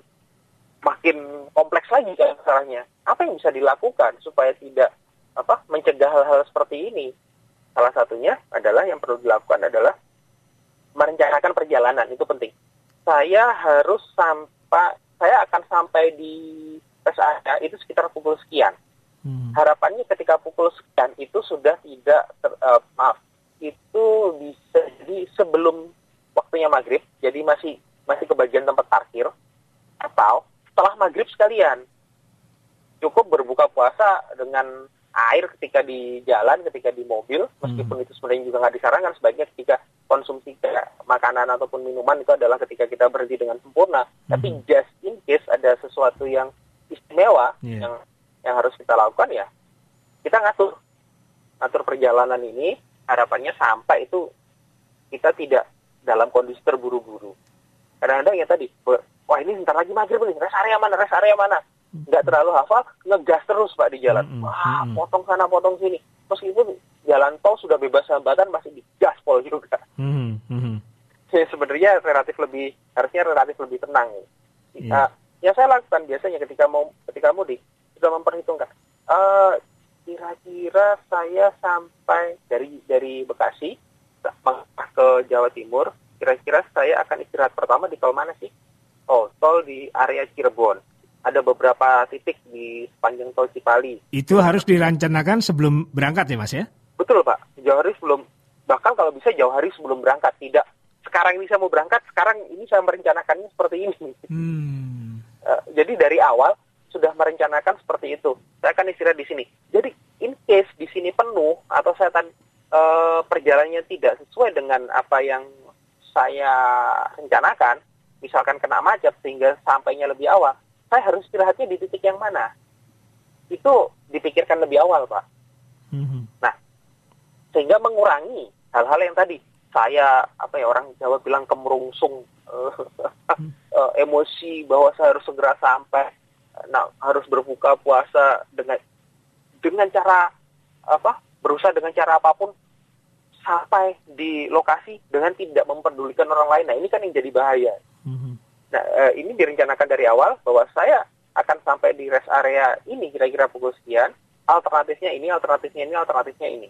makin kompleks lagi kan masalahnya. Apa yang bisa dilakukan supaya tidak apa mencegah hal-hal seperti ini? Salah satunya adalah yang perlu dilakukan adalah merencanakan perjalanan, itu penting. Saya harus sampai saya akan sampai di rest area itu sekitar pukul sekian. Hmm. Harapannya ketika pukul sekian itu sudah tidak, ter, uh, maaf, itu bisa jadi sebelum waktunya maghrib, jadi masih masih kebagian tempat parkir, atau setelah maghrib sekalian. Cukup berbuka puasa dengan air ketika di jalan, ketika di mobil, meskipun hmm. itu sebenarnya juga nggak disarankan, sebaiknya ketika konsumsi makanan ataupun minuman itu adalah ketika kita berhenti dengan sempurna. Mm-hmm. Tapi just in case ada sesuatu yang istimewa yeah. yang yang harus kita lakukan, ya kita ngatur atur perjalanan ini harapannya sampai itu kita tidak dalam kondisi terburu-buru. Kadang-kadang ya tadi, wah ini sebentar lagi maghrib nih, rest area mana, rest area mana. Nggak terlalu hafal, ngegas terus Pak di jalan. Wah, potong sana, potong sini. Meskipun jalan tol sudah bebas hambatan, masih digaspol juga. Mm-hmm. Ya, sebenarnya relatif lebih, harusnya relatif lebih tenang. Yeah. Uh, yang saya lakukan biasanya ketika mau ketika mudik, sudah memperhitungkan. Uh, kira-kira saya sampai dari dari Bekasi ke Jawa Timur, kira-kira saya akan istirahat pertama di tol mana sih? Oh, tol di area Cirebon. Ada beberapa titik di sepanjang tol Cipali. Itu harus direncanakan sebelum berangkat ya Mas ya? Betul Pak, jauh hari sebelum, bahkan kalau bisa jauh hari sebelum berangkat. Tidak, sekarang ini saya mau berangkat, sekarang ini saya merencanakannya seperti ini. Hmm. Uh, jadi dari awal sudah merencanakan seperti itu. Saya akan istirahat di sini. Jadi in case di sini penuh atau saya tan uh, perjalanannya tidak sesuai dengan apa yang saya rencanakan, misalkan kena macet sehingga sampainya lebih awal, saya harus istirahatnya di titik yang mana? Itu dipikirkan lebih awal, Pak. Mm-hmm. Nah, sehingga mengurangi hal-hal yang tadi saya, apa ya, orang Jawa bilang kemerungsung, uh, uh, emosi bahwa saya harus segera sampai, nah, harus berbuka puasa dengan dengan cara apa? Berusaha dengan cara apapun sampai di lokasi dengan tidak memperdulikan orang lain. Nah, ini kan yang jadi bahaya. Mm-hmm. Nah, eh, ini direncanakan dari awal bahwa saya akan sampai di rest area ini kira-kira pukul sekian, alternatifnya ini, alternatifnya ini, alternatifnya ini.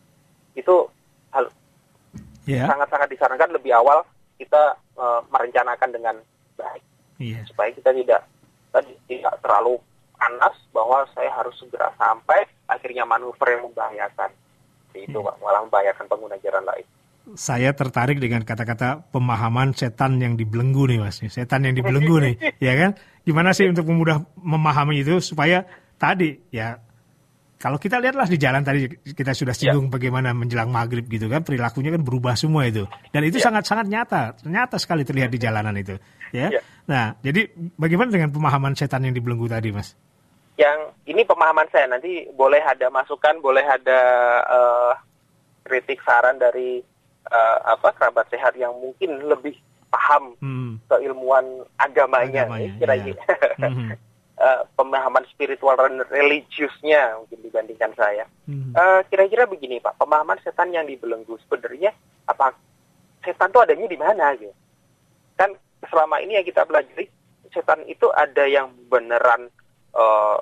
Itu hal yeah. sangat-sangat disarankan lebih awal kita uh, merencanakan dengan baik. Yeah. Supaya kita tidak tadi tidak terlalu panas bahwa saya harus segera sampai, akhirnya manuver yang membahayakan. Itu Pak, malah membahayakan pengguna jalan lain. Saya tertarik dengan kata-kata pemahaman setan yang dibelenggu nih Mas. Setan yang dibelenggu nih, ya kan? Gimana sih untuk memudah memahami itu supaya tadi ya, kalau kita lihatlah di jalan tadi kita sudah singgung ya. Bagaimana menjelang maghrib gitu kan, perilakunya kan berubah semua itu. Dan itu ya. sangat-sangat nyata, nyata sekali terlihat di jalanan itu. Ya. ya. Nah, jadi bagaimana dengan pemahaman setan yang dibelenggu tadi Mas? Yang ini pemahaman saya, nanti boleh ada masukan, boleh ada uh, kritik saran dari uh, apa kerabat sehat yang mungkin lebih paham hmm. keilmuan agamanya, agamanya kira-kira ya. mm-hmm. uh, pemahaman spiritual dan religiusnya mungkin dibandingkan saya. Mm-hmm. Uh, kira-kira begini Pak, pemahaman setan yang dibelenggu sebenarnya apa? Setan itu adanya di mana gitu? Kan selama ini yang kita pelajari, setan itu ada yang beneran Uh,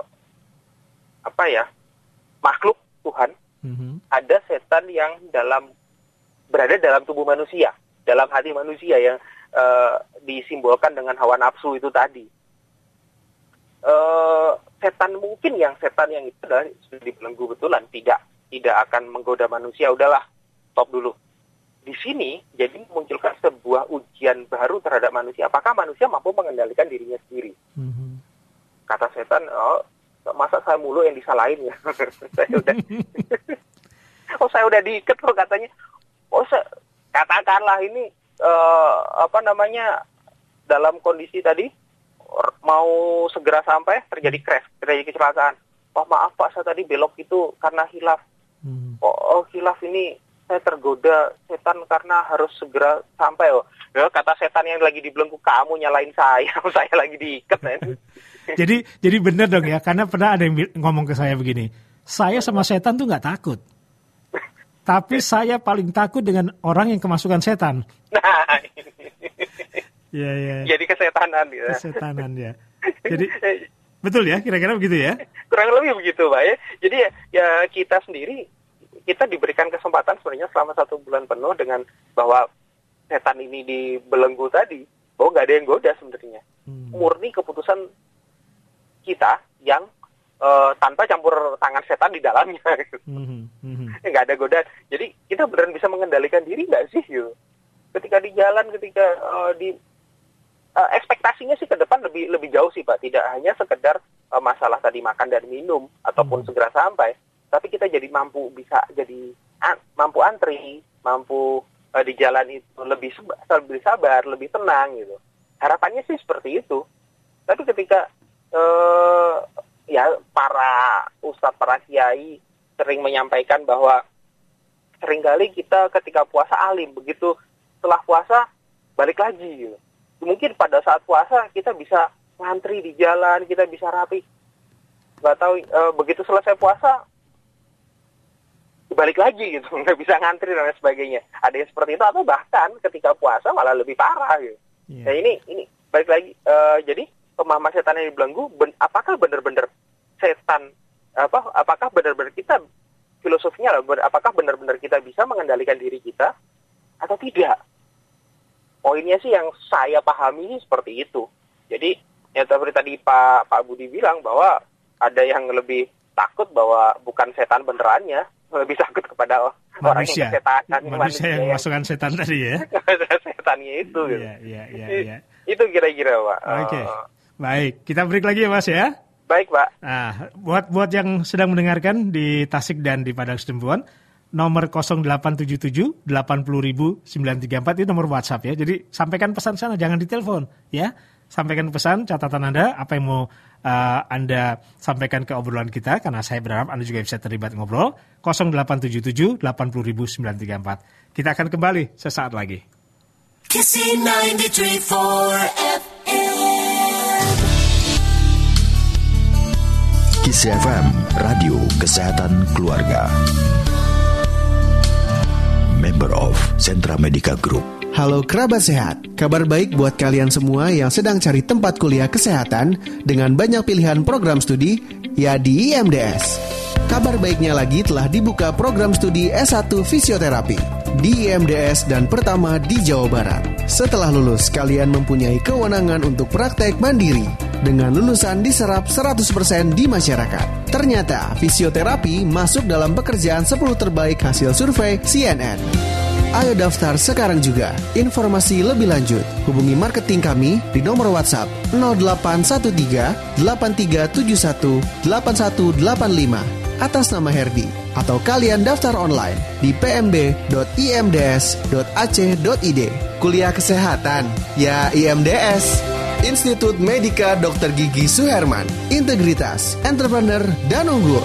apa ya makhluk Tuhan, mm-hmm. ada setan yang dalam berada dalam tubuh manusia, dalam hati manusia yang uh, disimbolkan dengan hawa nafsu itu tadi. Uh, setan mungkin yang setan yang itu adalah sudah dibelenggu betulan, tidak tidak akan menggoda manusia. Udahlah, stop dulu. Di sini jadi memunculkan sebuah ujian baru terhadap manusia. Apakah manusia mampu mengendalikan dirinya sendiri? Mm-hmm. Kata setan, oh, masa saya mulu yang disalahin ya? saya udah, oh saya udah diikat loh katanya. Oh saya, katakanlah ini uh, apa namanya dalam kondisi tadi mau segera sampai terjadi crash, terjadi kecelakaan. Oh maaf Pak, saya tadi belok itu karena hilaf. Hmm. Oh, oh hilaf ini saya tergoda setan karena harus segera sampai. Oh, ya, kata setan yang lagi dibelenggu, kamu nyalain saya, saya lagi diikat. jadi jadi benar dong ya, karena pernah ada yang ngomong ke saya begini, saya sama setan tuh nggak takut, tapi saya paling takut dengan orang yang kemasukan setan. Nah, ya ya. Jadi kesetanan ya. Kesetanan ya. Jadi betul ya, kira-kira begitu ya. Kurang lebih begitu Pak ya. Jadi ya, ya kita sendiri, kita diberikan kesempatan sebenarnya selama satu bulan penuh dengan bahwa setan ini dibelenggu tadi, bahwa nggak ada yang goda sebenarnya. Hmm. Murni keputusan kita yang uh, tanpa campur tangan setan di dalamnya. Mm-hmm. Mm-hmm. Nggak ada godaan. Jadi kita beneran bisa mengendalikan diri nggak sih? Gitu. Ketika di jalan, ketika uh, di uh, ekspektasinya sih ke depan lebih lebih jauh sih Pak. Tidak hanya sekedar uh, masalah tadi makan dan minum ataupun mm-hmm. segera sampai, tapi kita jadi mampu bisa jadi an- mampu antri, mampu uh, di jalan itu lebih seba- lebih sabar, lebih tenang gitu. Harapannya sih seperti itu. Tapi ketika Uh, ya para ustadz, para kiai sering menyampaikan bahwa seringkali kita ketika puasa alim, begitu setelah puasa balik lagi gitu. Mungkin pada saat puasa kita bisa ngantri di jalan, kita bisa rapi. Nggak tahu, e, begitu selesai puasa balik lagi gitu, nggak bisa ngantri dan lain sebagainya. Ada yang seperti itu, atau bahkan ketika puasa malah lebih parah gitu. Yeah. Nah ini ini balik lagi, e, jadi pemahaman setan yang dibelenggu, ben, apakah benar-benar setan, apa? Apakah benar-benar kita filosofinya lah, apakah benar-benar kita bisa mengendalikan diri kita atau tidak? Poinnya sih yang saya pahami sih seperti itu. Jadi ya seperti tadi Pak Pak Budi bilang bahwa ada yang lebih takut bahwa bukan setan benerannya, lebih takut kepada orang manusia. yang kesetanan, manusia, manusia yang memasukkan setan tadi ya. Setannya itu. Gitu. Iya, iya, iya, iya. Itu kira-kira, Pak. Oke. Okay. Uh, Baik, kita break lagi ya Mas ya. Baik, Pak. Nah, buat buat yang sedang mendengarkan di Tasik dan di Padang Sidempuan, nomor nol delapan tujuh tujuh delapan nol nol sembilan tiga empat itu nomor WhatsApp ya. Jadi sampaikan pesan sana, jangan ditelepon ya. Sampaikan pesan, catatan Anda, apa yang mau uh, Anda sampaikan ke obrolan kita, karena saya berharap Anda juga bisa terlibat ngobrol. nol delapan tujuh tujuh delapan nol nol sembilan tiga empat. Kita akan kembali sesaat lagi. Kissy sembilan tiga empat F M. Kissy F M, Radio Kesehatan Keluarga. Member of Sentra Medica Group. Halo kerabat sehat, kabar baik buat kalian semua yang sedang cari tempat kuliah kesehatan dengan banyak pilihan program studi, ya di I M D S. Kabar baiknya lagi telah dibuka program studi S satu Fisioterapi di I M D S dan pertama di Jawa Barat. Setelah lulus, kalian mempunyai kewenangan untuk praktek mandiri. Dengan lulusan diserap seratus persen di masyarakat. Ternyata, fisioterapi masuk dalam pekerjaan sepuluh terbaik hasil survei C N N. Ayo daftar sekarang juga. Informasi lebih lanjut, hubungi marketing kami di nomor WhatsApp nol delapan satu tiga delapan tiga tujuh satu delapan satu delapan lima atas nama Herdi. Atau kalian daftar online di p m b dot i m d s dot a c dot i d. Kuliah kesehatan, ya I M D S. Institut Medika Dokter Gigi Suherman. Integritas, entrepreneur, dan unggul.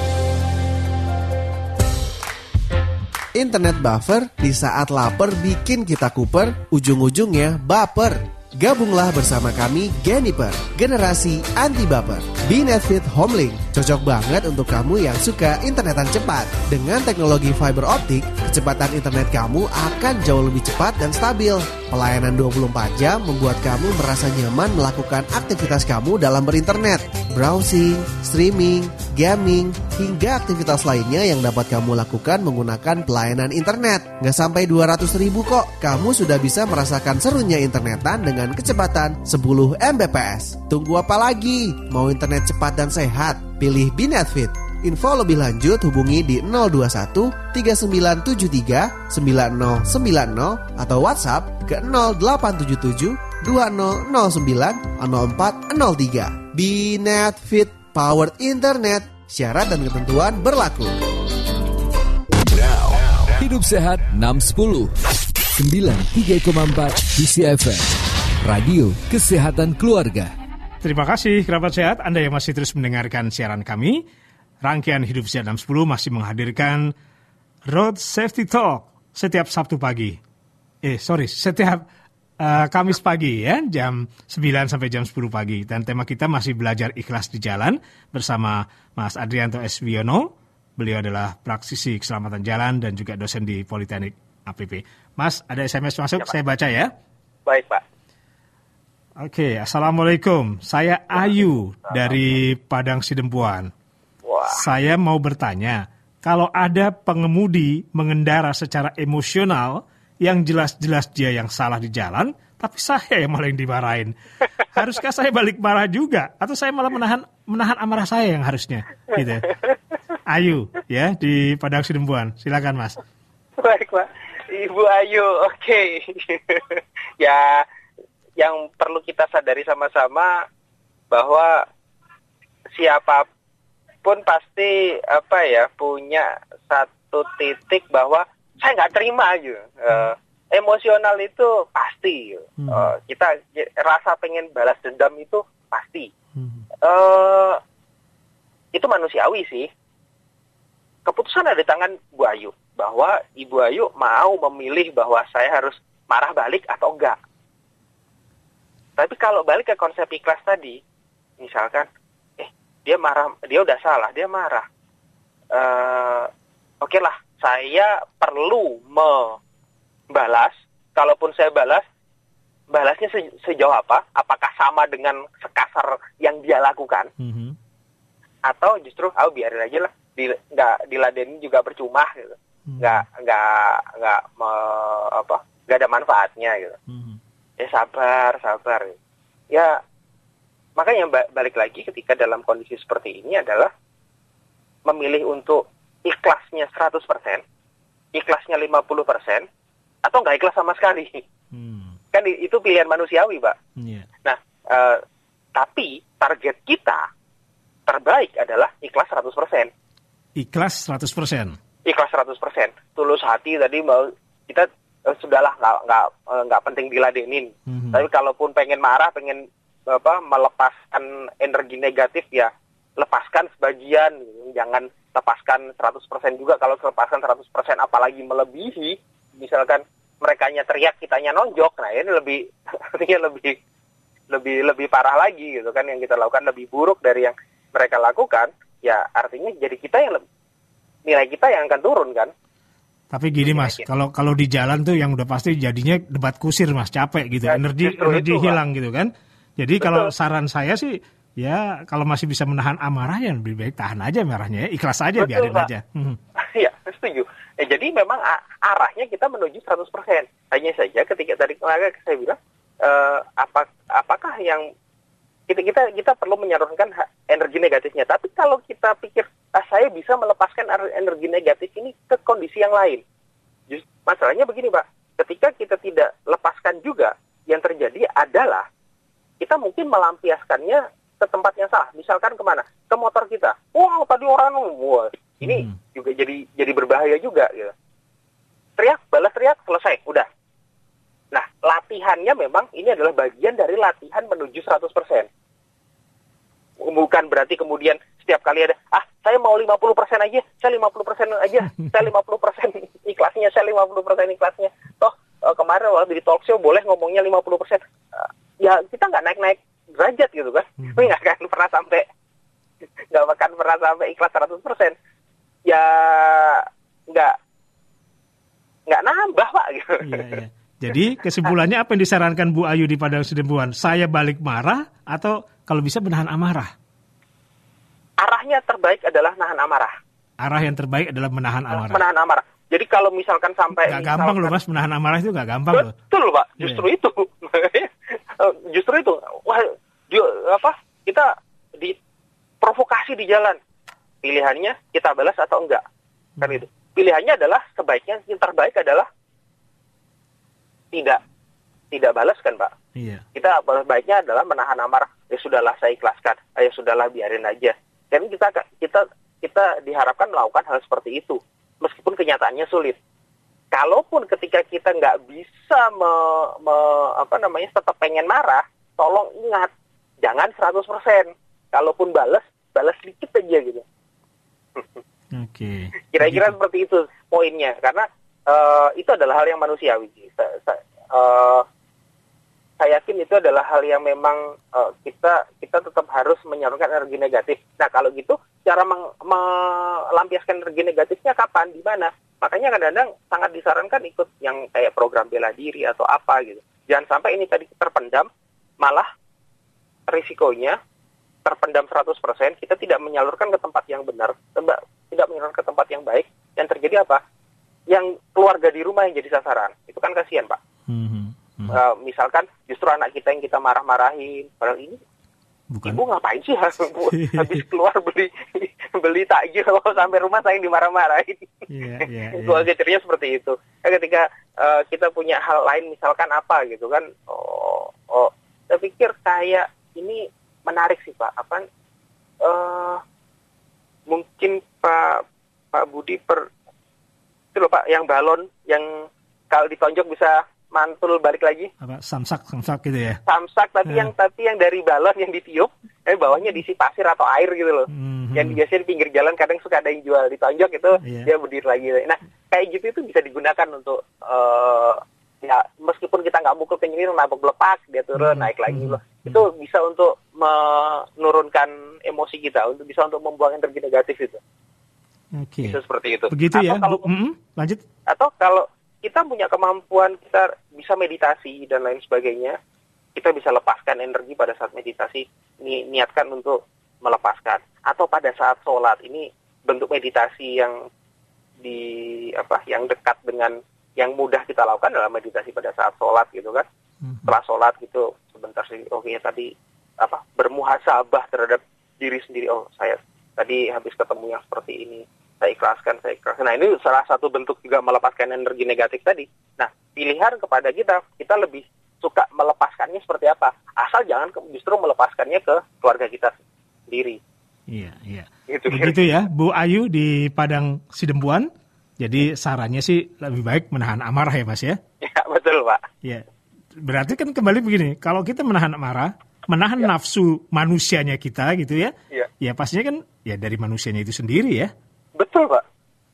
Internet buffer di saat lapar bikin kita kuper, ujung-ujungnya baper. Gabunglah bersama kami Geniper, generasi anti baper. BNetFit Homelink cocok banget untuk kamu yang suka internetan cepat. Dengan teknologi fiber optik, kecepatan internet kamu akan jauh lebih cepat dan stabil. Pelayanan dua puluh empat jam membuat kamu merasa nyaman melakukan aktivitas kamu dalam berinternet. Browsing, streaming, gaming, hingga aktivitas lainnya yang dapat kamu lakukan menggunakan pelayanan internet. Nggak sampai dua ratus ribu kok, kamu sudah bisa merasakan serunya internetan dengan kecepatan sepuluh megabit per second. Tunggu apa lagi? Mau internet cepat dan sehat? Pilih BNetFit. Info lebih lanjut hubungi di nol dua satu tiga sembilan tujuh tiga sembilan nol sembilan nol atau WhatsApp ke nol delapan tujuh tujuh dua nol nol sembilan nol empat nol tiga. BNetFit, powered internet, syarat dan ketentuan berlaku. Hidup sehat enam sepuluh sembilan tiga koma empat D C F M, Radio Kesehatan Keluarga. Terima kasih kerabat sehat Anda yang masih terus mendengarkan siaran kami. Rangkaian Hidup Sehat enam sepuluh masih menghadirkan Road Safety Talk setiap Sabtu pagi. Eh, sorry, setiap uh, Kamis pagi ya, jam sembilan sampai jam sepuluh pagi. Dan tema kita masih belajar ikhlas di jalan bersama Mas Adrianto S. Wiono. Beliau adalah praktisi keselamatan jalan dan juga dosen di Politeknik A P P. Mas, ada S M S masuk, ya, saya baca ya. Baik, Pak. Oke, Assalamualaikum. Saya Ayu dari Padang Sidempuan. Wah. Saya mau bertanya, kalau ada pengemudi mengendara secara emosional yang jelas-jelas dia yang salah di jalan, tapi saya yang malah yang dimarahin. Haruskah saya balik marah juga? Atau saya malah menahan menahan amarah saya yang harusnya? Gitu. Ayu, ya, di Padang Sidempuan. Silakan, Mas. Baik, Pak. Ibu Ayu, oke. Okay. Ya, yang perlu kita sadari sama-sama bahwa siapapun pun pasti apa ya punya satu titik bahwa saya nggak terima gitu. Uh, emosional itu pasti. Gitu. Hmm. Uh, kita rasa pengen balas dendam itu pasti. Hmm. Uh, itu manusiawi sih. keputusan ada di tangan Bu Ayu, bahwa Ibu Ayu mau memilih bahwa saya harus marah balik atau enggak. Tapi kalau balik ke konsep ikhlas tadi, misalkan, eh dia marah, dia udah salah, dia marah. Uh, Oke okay lah, saya perlu membalas. Kalaupun saya balas, balasnya se- sejauh apa? Apakah sama dengan sekasar yang dia lakukan? Mm-hmm. Atau justru, oh biarin aja lah, di, nggak diladenin juga percuma gitu, mm-hmm. nggak nggak nggak me, apa, nggak ada manfaatnya gitu. Mm-hmm. Ya sabar, sabar. Ya makanya balik lagi ketika dalam kondisi seperti ini adalah memilih untuk ikhlasnya seratus persen, ikhlasnya lima puluh persen, atau nggak ikhlas sama sekali. Hmm. Kan itu pilihan manusiawi, Pak. Yeah. Nah, uh, tapi target kita terbaik adalah ikhlas seratus persen. Ikhlas seratus persen? Ikhlas seratus persen. Tulus hati tadi mau kita uh, sudahlah nggak nggak uh, nggak penting diladenin. Hmm. Tapi kalaupun pengen marah, pengen apa melepaskan energi negatif ya lepaskan sebagian, jangan lepaskan seratus persen juga. Kalau lepaskan seratus persen apalagi melebihi, misalkan merekanya teriak, kitanya nonjok, nah ini lebih artinya lebih lebih lebih parah lagi gitu kan, yang kita lakukan lebih buruk dari yang mereka lakukan, ya artinya jadi kita yang lebih, nilai kita yang akan turun kan. Tapi gini Mas, kalau kalau di jalan tuh yang udah pasti jadinya debat kusir Mas, capek gitu, ya, energi energi itu, hilang Pak. Gitu kan. Jadi betul. Kalau saran saya sih ya, kalau masih bisa menahan amarah ya lebih baik tahan aja marahnya ya, ikhlas aja. Betul, biarin Pak. Aja. Iya, setuju. Eh, jadi memang arahnya kita menuju seratus persen. Hanya saja ketika tadi saya bilang, eh, apa, apakah yang kita, kita kita perlu menyalurkan energi negatifnya. Tapi kalau kita pikir, ah, saya bisa melepaskan energi negatif ini ke kondisi yang lain. Just, masalahnya begini Pak, ketika kita tidak lepaskan juga, yang terjadi adalah kita mungkin melampiaskannya ke tempat yang salah, misalkan kemana? Ke motor kita. Wah, tadi orang, wah, ini hmm. juga jadi jadi berbahaya juga gitu. Teriak, balas teriak, selesai, udah. Nah, latihannya memang ini adalah bagian dari latihan menuju seratus persen. Bukan berarti kemudian setiap kali ada, ah, saya mau lima puluh persen aja, saya lima puluh persen aja, saya lima puluh persen ikhlasnya, saya lima puluh persen ikhlasnya. Toh, kemarin waktu di talk show boleh ngomongnya lima puluh persen. Ya, kita nggak naik-naik derajat gitu kan, hmm. nggak akan pernah sampai nggak akan pernah sampai ikhlas seratus persen, ya nggak nggak nambah Pak gitu. Iya, iya. Jadi kesimpulannya apa yang disarankan Bu Ayu di Padang Sidempuan? Saya balik marah atau kalau bisa menahan amarah? Arahnya terbaik adalah nahan amarah. Arah yang terbaik adalah menahan amarah. Menahan amarah. Jadi kalau misalkan sampai nggak gampang loh Mas, menahan amarah itu nggak gampang loh. Betul Pak, justru yeah. itu. Justru itu, wah, di, apa? Kita diprovokasi di jalan. Pilihannya kita balas atau enggak? Kan itu. Pilihannya adalah sebaiknya yang terbaik adalah tidak tidak balas kan Pak? Iya. Kita baiknya adalah menahan amarah. Ya sudahlah saya ikhlaskan. Ya sudahlah biarin aja. Dan kita kita kita diharapkan melakukan hal seperti itu, meskipun kenyataannya sulit. Kalaupun ketika kita nggak bisa me, me, apa namanya tetap pengen marah, tolong ingat, jangan seratus persen. Kalaupun balas, balas sedikit aja gitu. Oke. Okay. Kira-kira gitu. Seperti itu poinnya, karena uh, itu adalah hal yang manusiawi. Saya, saya, uh, saya yakin itu adalah hal yang memang uh, kita kita tetap harus menyalurkan energi negatif. Nah kalau gitu, cara meng, melampiaskan energi negatifnya kapan, di mana? Makanya kadang-kadang sangat disarankan ikut yang kayak program bela diri atau apa gitu. Jangan sampai ini tadi terpendam, malah risikonya terpendam seratus persen, kita tidak menyalurkan ke tempat yang benar, tidak menyalurkan ke tempat yang baik. Yang terjadi apa? Yang keluarga di rumah yang jadi sasaran. Itu kan kasihan Pak. Mm-hmm. Mm-hmm. Uh, misalkan justru anak kita yang kita marah-marahin, padahal ini bukan. Ibu ngapain sih habis keluar beli beli takjil kalau sampai rumah saya yang dimarah-marahin. Yeah, yeah, yeah. Gua ceritanya seperti itu. Ya, ketika uh, kita punya hal lain misalkan apa gitu kan, oh, oh saya pikir kayak ini menarik sih Pak. Apa? Uh, mungkin Pak Pak Budi per itu loh Pak, yang balon yang kalau ditonjok bisa mantul balik lagi. Apa samsak samsak gitu ya? Samsak tapi yeah. yang tapi yang dari balon yang ditiup, eh bawahnya diisi pasir atau air gitu loh. Mm-hmm. yang biasanya di pinggir jalan kadang suka ada yang jual ditonjok itu Iya. dia berdiri lagi. Nah kayak gitu itu bisa digunakan untuk uh, ya meskipun kita nggak mukul kenyir, nabok lepas dia turun Hmm. naik lagi Hmm. loh. Itu bisa untuk menurunkan emosi kita, untuk bisa untuk membuang energi negatif itu. Oke. Bisa seperti itu. Begitu Atau ya. kalau Bu, mm-mm, lanjut. atau kalau kita punya kemampuan, kita bisa meditasi dan lain sebagainya, kita bisa lepaskan energi pada saat meditasi, ni- niatkan untuk melepaskan. Atau pada saat sholat, ini bentuk meditasi yang di apa, yang dekat dengan yang mudah kita lakukan adalah meditasi pada saat sholat gitu kan. Mhm. Setelah sholat gitu, sebentar sih, oke ya tadi apa bermuhasabah terhadap diri sendiri. Oh saya tadi habis ketemu yang seperti ini, saya ikhlaskan, saya ikhlaskan. Nah ini salah satu bentuk juga melepaskan energi negatif tadi. Nah pilihan kepada kita, kita lebih suka melepaskannya seperti apa. Asal jangan ke- justru melepaskannya ke keluarga kita sendiri. Iya, iya. Gitu. Begitu ya, Bu Ayu di Padang Sidempuan. Jadi sarannya sih lebih baik menahan amarah ya Mas ya. Ya betul Pak. Ya. Berarti kan kembali begini, kalau kita menahan amarah, menahan Ya. nafsu manusianya kita gitu ya. Ya. Ya pastinya kan ya dari manusianya itu sendiri ya. Betul Pak.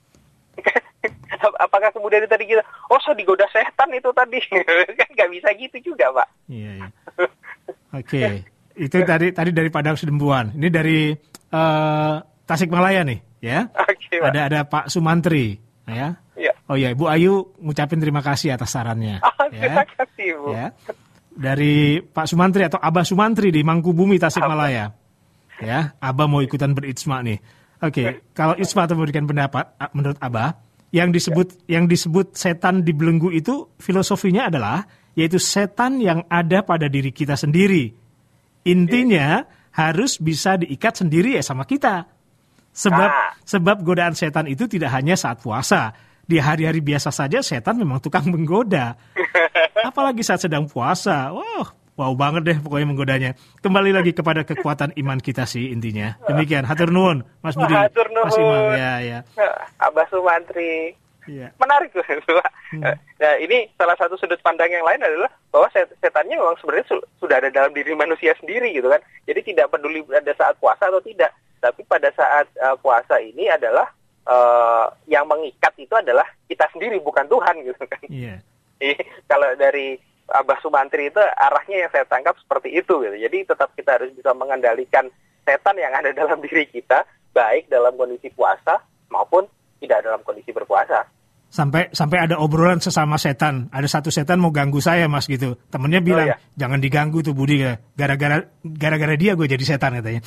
Apakah kemudian tadi kita, oh saya digoda setan itu tadi. Kan nggak bisa gitu juga Pak. Iya, iya. Oke. Itu tadi tadi dari Padang Sidempuan. Ini dari eh, Tasikmalaya nih, ya. Oke Pak. Ada ada Pak Sumantri, ya. Ya. Oh ya, Bu Ayu ngucapin terima kasih atas sarannya. Oh, ya. terima kasih Bu. Ya. Dari Pak Sumantri atau Abah Sumantri di Mangkubumi, Tasikmalaya. Ya, Abah mau ikutan beritsma nih. Oke, kalau Isma atau memberikan pendapat a- menurut Abah, yang disebut yang disebut setan di belenggu itu filosofinya adalah yaitu setan yang ada pada diri kita sendiri. Intinya harus bisa diikat sendiri ya sama kita. Sebab Ah. sebab godaan setan itu tidak hanya saat puasa. Di hari-hari biasa saja setan memang tukang menggoda. Apalagi saat sedang puasa. Wow, wow banget deh pokoknya menggodanya. Kembali lagi kepada kekuatan iman kita sih intinya. Demikian, hatur nuhun Mas Budi. Hatur Mas Imam, nuhun. ya, ya. Abah Sumantri. Iya. Menarik tuh Pak. Nah ini salah satu sudut pandang yang lain adalah bahwa set- setannya memang sebenarnya su- sudah ada dalam diri manusia sendiri gitu kan. Jadi tidak peduli pada saat puasa atau tidak. Tapi pada saat uh, puasa ini adalah uh, yang mengikat itu adalah kita sendiri bukan Tuhan gitu kan. Iya. Jadi, kalau dari Abah Sumantri itu arahnya yang saya tangkap seperti itu gitu. Jadi tetap kita harus bisa mengendalikan setan yang ada dalam diri kita, baik dalam kondisi puasa maupun tidak dalam kondisi berpuasa. Sampai sampai ada obrolan sesama setan. Ada satu setan mau ganggu saya Mas gitu. Temennya bilang iya. jangan diganggu tuh Budi. Gara-gara gara-gara dia gue jadi setan katanya.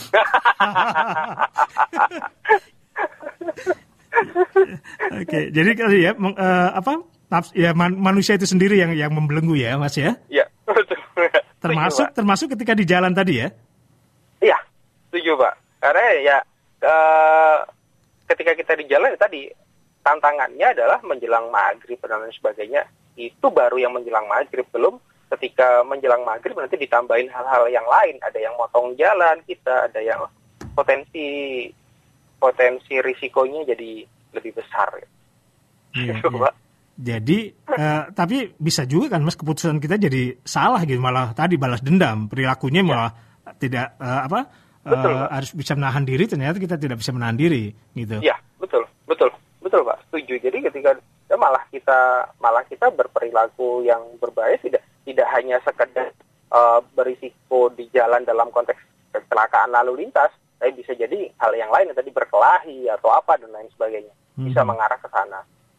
Oke, jadi kali ya meng- eh, apa nafs- ya man- manusia itu sendiri yang yang membelenggu ya Mas ya. Iya, betul. Termasuk Setuju, Pak. termasuk ketika di jalan tadi ya. Iya, setuju Pak. Karena ya eh, ketika kita di jalan tadi tantangannya adalah menjelang maghrib dan lain sebagainya. Itu baru yang menjelang maghrib, belum ketika menjelang maghrib nanti ditambahin hal-hal yang lain. Ada yang motong jalan kita, ada yang potensi potensi risikonya jadi lebih besar. Iya, Gitu, iya. Pak. Jadi eh, tapi bisa juga kan Mas keputusan kita jadi salah gitu, malah tadi balas dendam, perilakunya malah tidak eh, apa eh, Betul, Pak. harus bisa menahan diri, ternyata kita tidak bisa menahan diri gitu. Iya, betul, betul, betul Pak. Setuju. Jadi ketika ya malah kita malah kita berperilaku yang berbahaya, tidak tidak hanya sekedar uh, berisiko di jalan dalam konteks kecelakaan lalu lintas, tapi bisa jadi hal yang lain yang tadi berkelahi atau apa dan lain sebagainya, bisa Mhm. mengarah ke sana.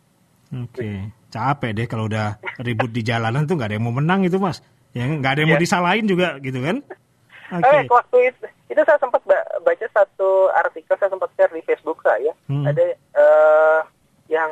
Oke, capek deh kalau udah ribut di jalanan tuh nggak ada yang mau menang itu Mas. Ya nggak ada yang mau Iya. disalahin juga gitu kan? Oke. Eh, waktu itu, itu saya sempat ba- baca satu artikel, saya sempat share di Facebook saya. Hmm. Ada eh, yang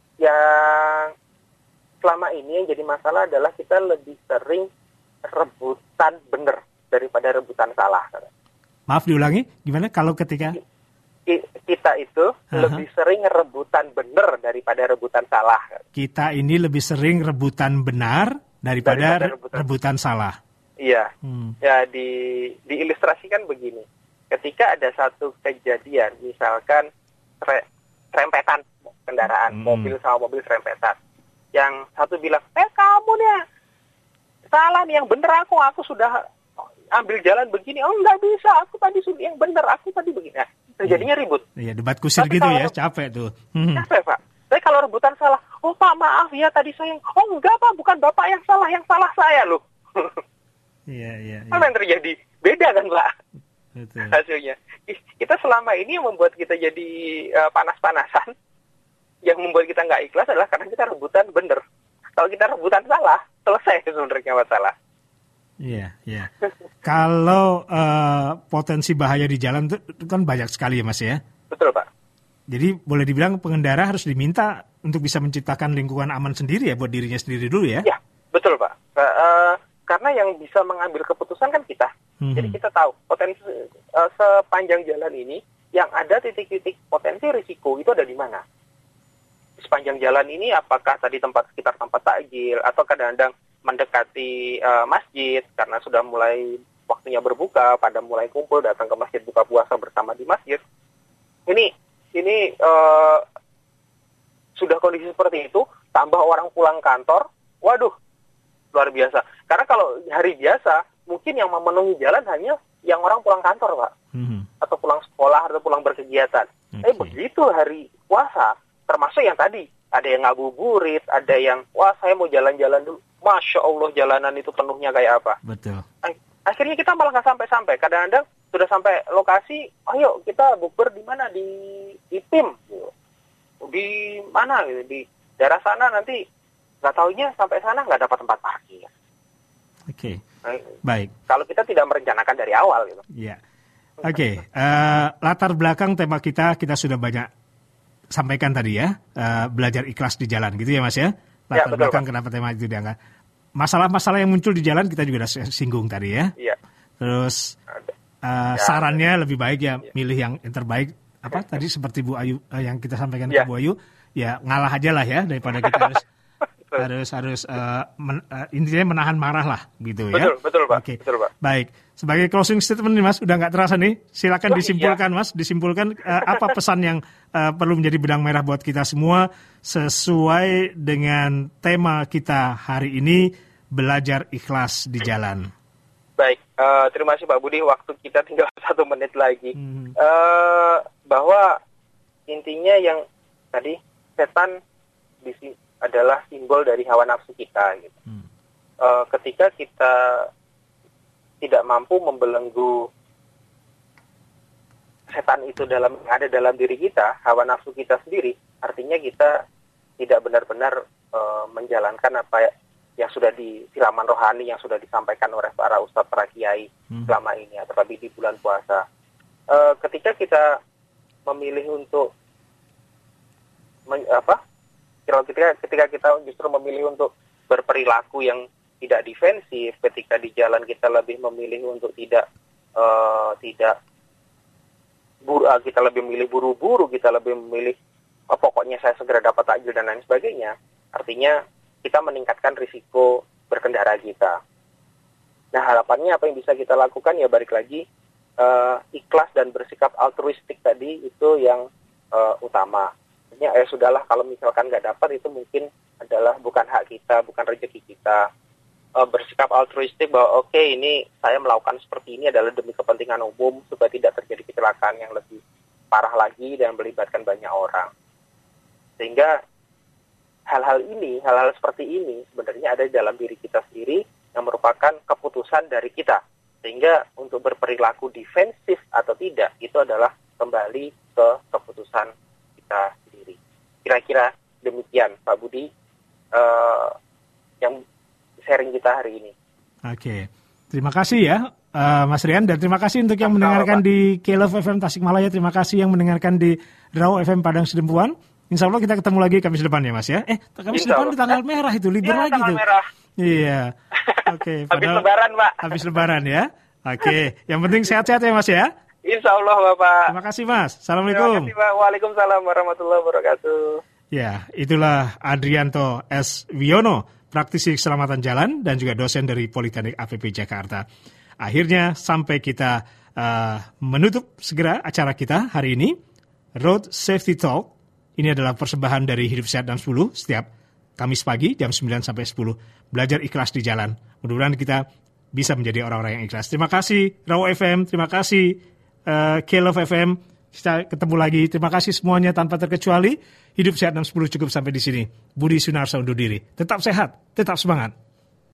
yang selama ini yang jadi masalah adalah kita lebih sering rebutan benar daripada rebutan salah. Maaf diulangi, gimana kalau ketika Ki- Kita itu Aha. lebih sering rebutan benar daripada rebutan salah. kita ini lebih sering rebutan benar daripada, Daripada re- rebutan. rebutan salah? Iya. Hmm. Ya di diilustrasikan begini. Ketika ada satu kejadian, misalkan re, rempetan kendaraan, Hmm. mobil sama mobil serempetan. Yang satu bilang, "Eh kamu nih salah nih, yang bener aku, aku sudah ambil jalan begini." "Oh nggak bisa, aku tadi sudah yang bener, aku tadi begini." Nah, itu Terjadinya ribut. Iya, debat kusir Tapi gitu kalau- ya, capek tuh. Hmm. Capek, Pak. Tapi kalau rebutan salah, oh Pak maaf ya tadi saya, oh enggak Pak, bukan Bapak yang salah, yang salah saya loh. Iya, iya, iya. Apa yang terjadi? Beda kan Pak Betul. hasilnya. Ih, kita selama ini yang membuat kita jadi uh, panas-panasan, yang membuat kita nggak ikhlas adalah karena kita rebutan bener. Kalau kita rebutan salah, selesai sebenarnya masalah. Iya, iya. Kalau eh, potensi bahaya di jalan itu itu kan banyak sekali ya Mas ya. Betul Pak. Jadi boleh dibilang pengendara harus diminta untuk bisa menciptakan lingkungan aman sendiri ya buat dirinya sendiri dulu ya. Ya, betul Pak. Uh, uh, karena yang bisa mengambil keputusan kan kita. Mhm. Jadi kita tahu potensi uh, sepanjang jalan ini yang ada titik-titik potensi risiko itu ada di mana. Di sepanjang jalan ini apakah tadi tempat sekitar tempat takjil atau kadang-kadang mendekati uh, masjid karena sudah mulai waktunya berbuka, pada mulai kumpul datang ke masjid buka puasa bersama di masjid. Ini ini uh, sudah kondisi seperti itu, tambah orang pulang kantor, waduh, luar biasa. Karena kalau hari biasa, mungkin yang memenuhi jalan hanya yang orang pulang kantor, Pak. Mhm. Atau pulang sekolah, atau pulang berkegiatan. Oke. Tapi begitu hari puasa, termasuk yang tadi, ada yang ngabuburit, ada yang, wah saya mau jalan-jalan dulu. Masya Allah jalanan itu penuhnya kayak apa. Betul. Akhirnya kita malah nggak sampai-sampai. Kadang-kadang sudah sampai lokasi, ayo kita bukber di mana, di, di tim. Gitu. Di mana, gitu. Di daerah sana nanti, nggak taunya sampai sana nggak dapat tempat parkir. Oke. Nah, Baik. kalau kita tidak merencanakan dari awal gitu. Iya. Oke, eh, latar belakang tema kita kita sudah banyak sampaikan tadi ya, eh, belajar ikhlas di jalan gitu ya Mas ya. Ya, Latar betul, belakang Pak. kenapa tema itu diangkat. Masalah-masalah yang muncul di jalan kita juga sudah singgung tadi ya. Iya. Terus Ada. eh, Ya. sarannya lebih baik ya milih yang, yang terbaik apa tadi seperti Bu Ayu eh, yang kita sampaikan Ya. ke Bu Ayu, ya ngalah aja lah ya daripada kita harus harus harus eh, men- eh, intinya menahan marah lah gitu ya. Betul, betul, Pak. Oke. Betul, Pak. Baik, sebagai closing statement nih Mas, udah nggak terasa nih, silakan Oh, disimpulkan Mas, disimpulkan eh, apa pesan yang eh, perlu menjadi benang merah buat kita semua sesuai dengan tema kita hari ini, belajar ikhlas di jalan. Baik, eh, terima kasih Pak Budi. Waktu kita tinggal satu menit lagi. Hmm. Eh, bahwa intinya yang tadi setan di sini adalah simbol dari hawa nafsu kita. Gitu. Hmm. Eh, ketika kita tidak mampu membelenggu setan itu dalam ada dalam diri kita, hawa nafsu kita sendiri, artinya kita tidak benar-benar eh, menjalankan apa ya, yang sudah di siraman rohani yang sudah disampaikan oleh para ustadz, para kiai Hmm. selama ini, terlebih di bulan puasa. Eh, ketika kita memilih untuk men, apa? Ketika ketika kita justru memilih untuk berperilaku yang tidak defensif, ketika di jalan kita lebih memilih untuk tidak eh, tidak buru, eh, kita lebih memilih buru-buru, kita lebih memilih oh, pokoknya saya segera dapat takjil dan lain sebagainya. Artinya kita meningkatkan risiko berkendara kita. Nah harapannya apa yang bisa kita lakukan ya balik lagi uh, ikhlas dan bersikap altruistik tadi itu yang uh, utama. Ya eh, sudahlah kalau misalkan nggak dapat itu mungkin adalah bukan hak kita, bukan rezeki kita. Uh, bersikap altruistik bahwa oke okay, ini saya melakukan seperti ini adalah demi kepentingan umum supaya tidak terjadi kecelakaan yang lebih parah lagi dan melibatkan banyak orang. Sehingga hal-hal ini, hal-hal seperti ini sebenarnya ada di dalam diri kita sendiri yang merupakan keputusan dari kita. Sehingga untuk berperilaku defensif atau tidak, itu adalah kembali ke keputusan kita sendiri. Kira-kira demikian, Pak Budi, uh, yang sharing kita hari ini. Oke, terima kasih ya uh, Mas Rian, dan terima kasih untuk yang Sama-sama, mendengarkan Pak. di K L O V F M Tasikmalaya, terima kasih yang mendengarkan di Raw F M Padang Sidempuan. Insya Allah kita ketemu lagi Kamis depan ya Mas ya. Eh, Kamis Insya depan Allah. di tanggal merah itu, libur Ya, lagi tanggal tuh. merah. Iya, oke. Habis padahal- lebaran, Pak. Habis lebaran ya. Oke, yang penting sehat-sehat ya Mas ya. Insya Allah, Bapak. Terima kasih Mas. Terima Assalamualaikum. kasih, Pak. Waalaikumsalam warahmatullahi wabarakatuh. Ya, itulah Adrianto S. Wiono, praktisi keselamatan jalan dan juga dosen dari Politeknik A P P Jakarta. Akhirnya sampai kita uh, menutup segera acara kita hari ini, Road Safety Talk. Ini adalah persembahan dari Hidup Sehat dan sepuluh setiap Kamis pagi jam sembilan sampai sepuluh. Belajar ikhlas di jalan. Mudah-mudahan kita bisa menjadi orang-orang yang ikhlas. Terima kasih Raw F M, terima kasih uh, K L O V F M. Kita ketemu lagi. Terima kasih semuanya tanpa terkecuali. Hidup Sehat enam sepuluh cukup sampai di sini. Budi Sunarso undur diri. Tetap sehat, tetap semangat.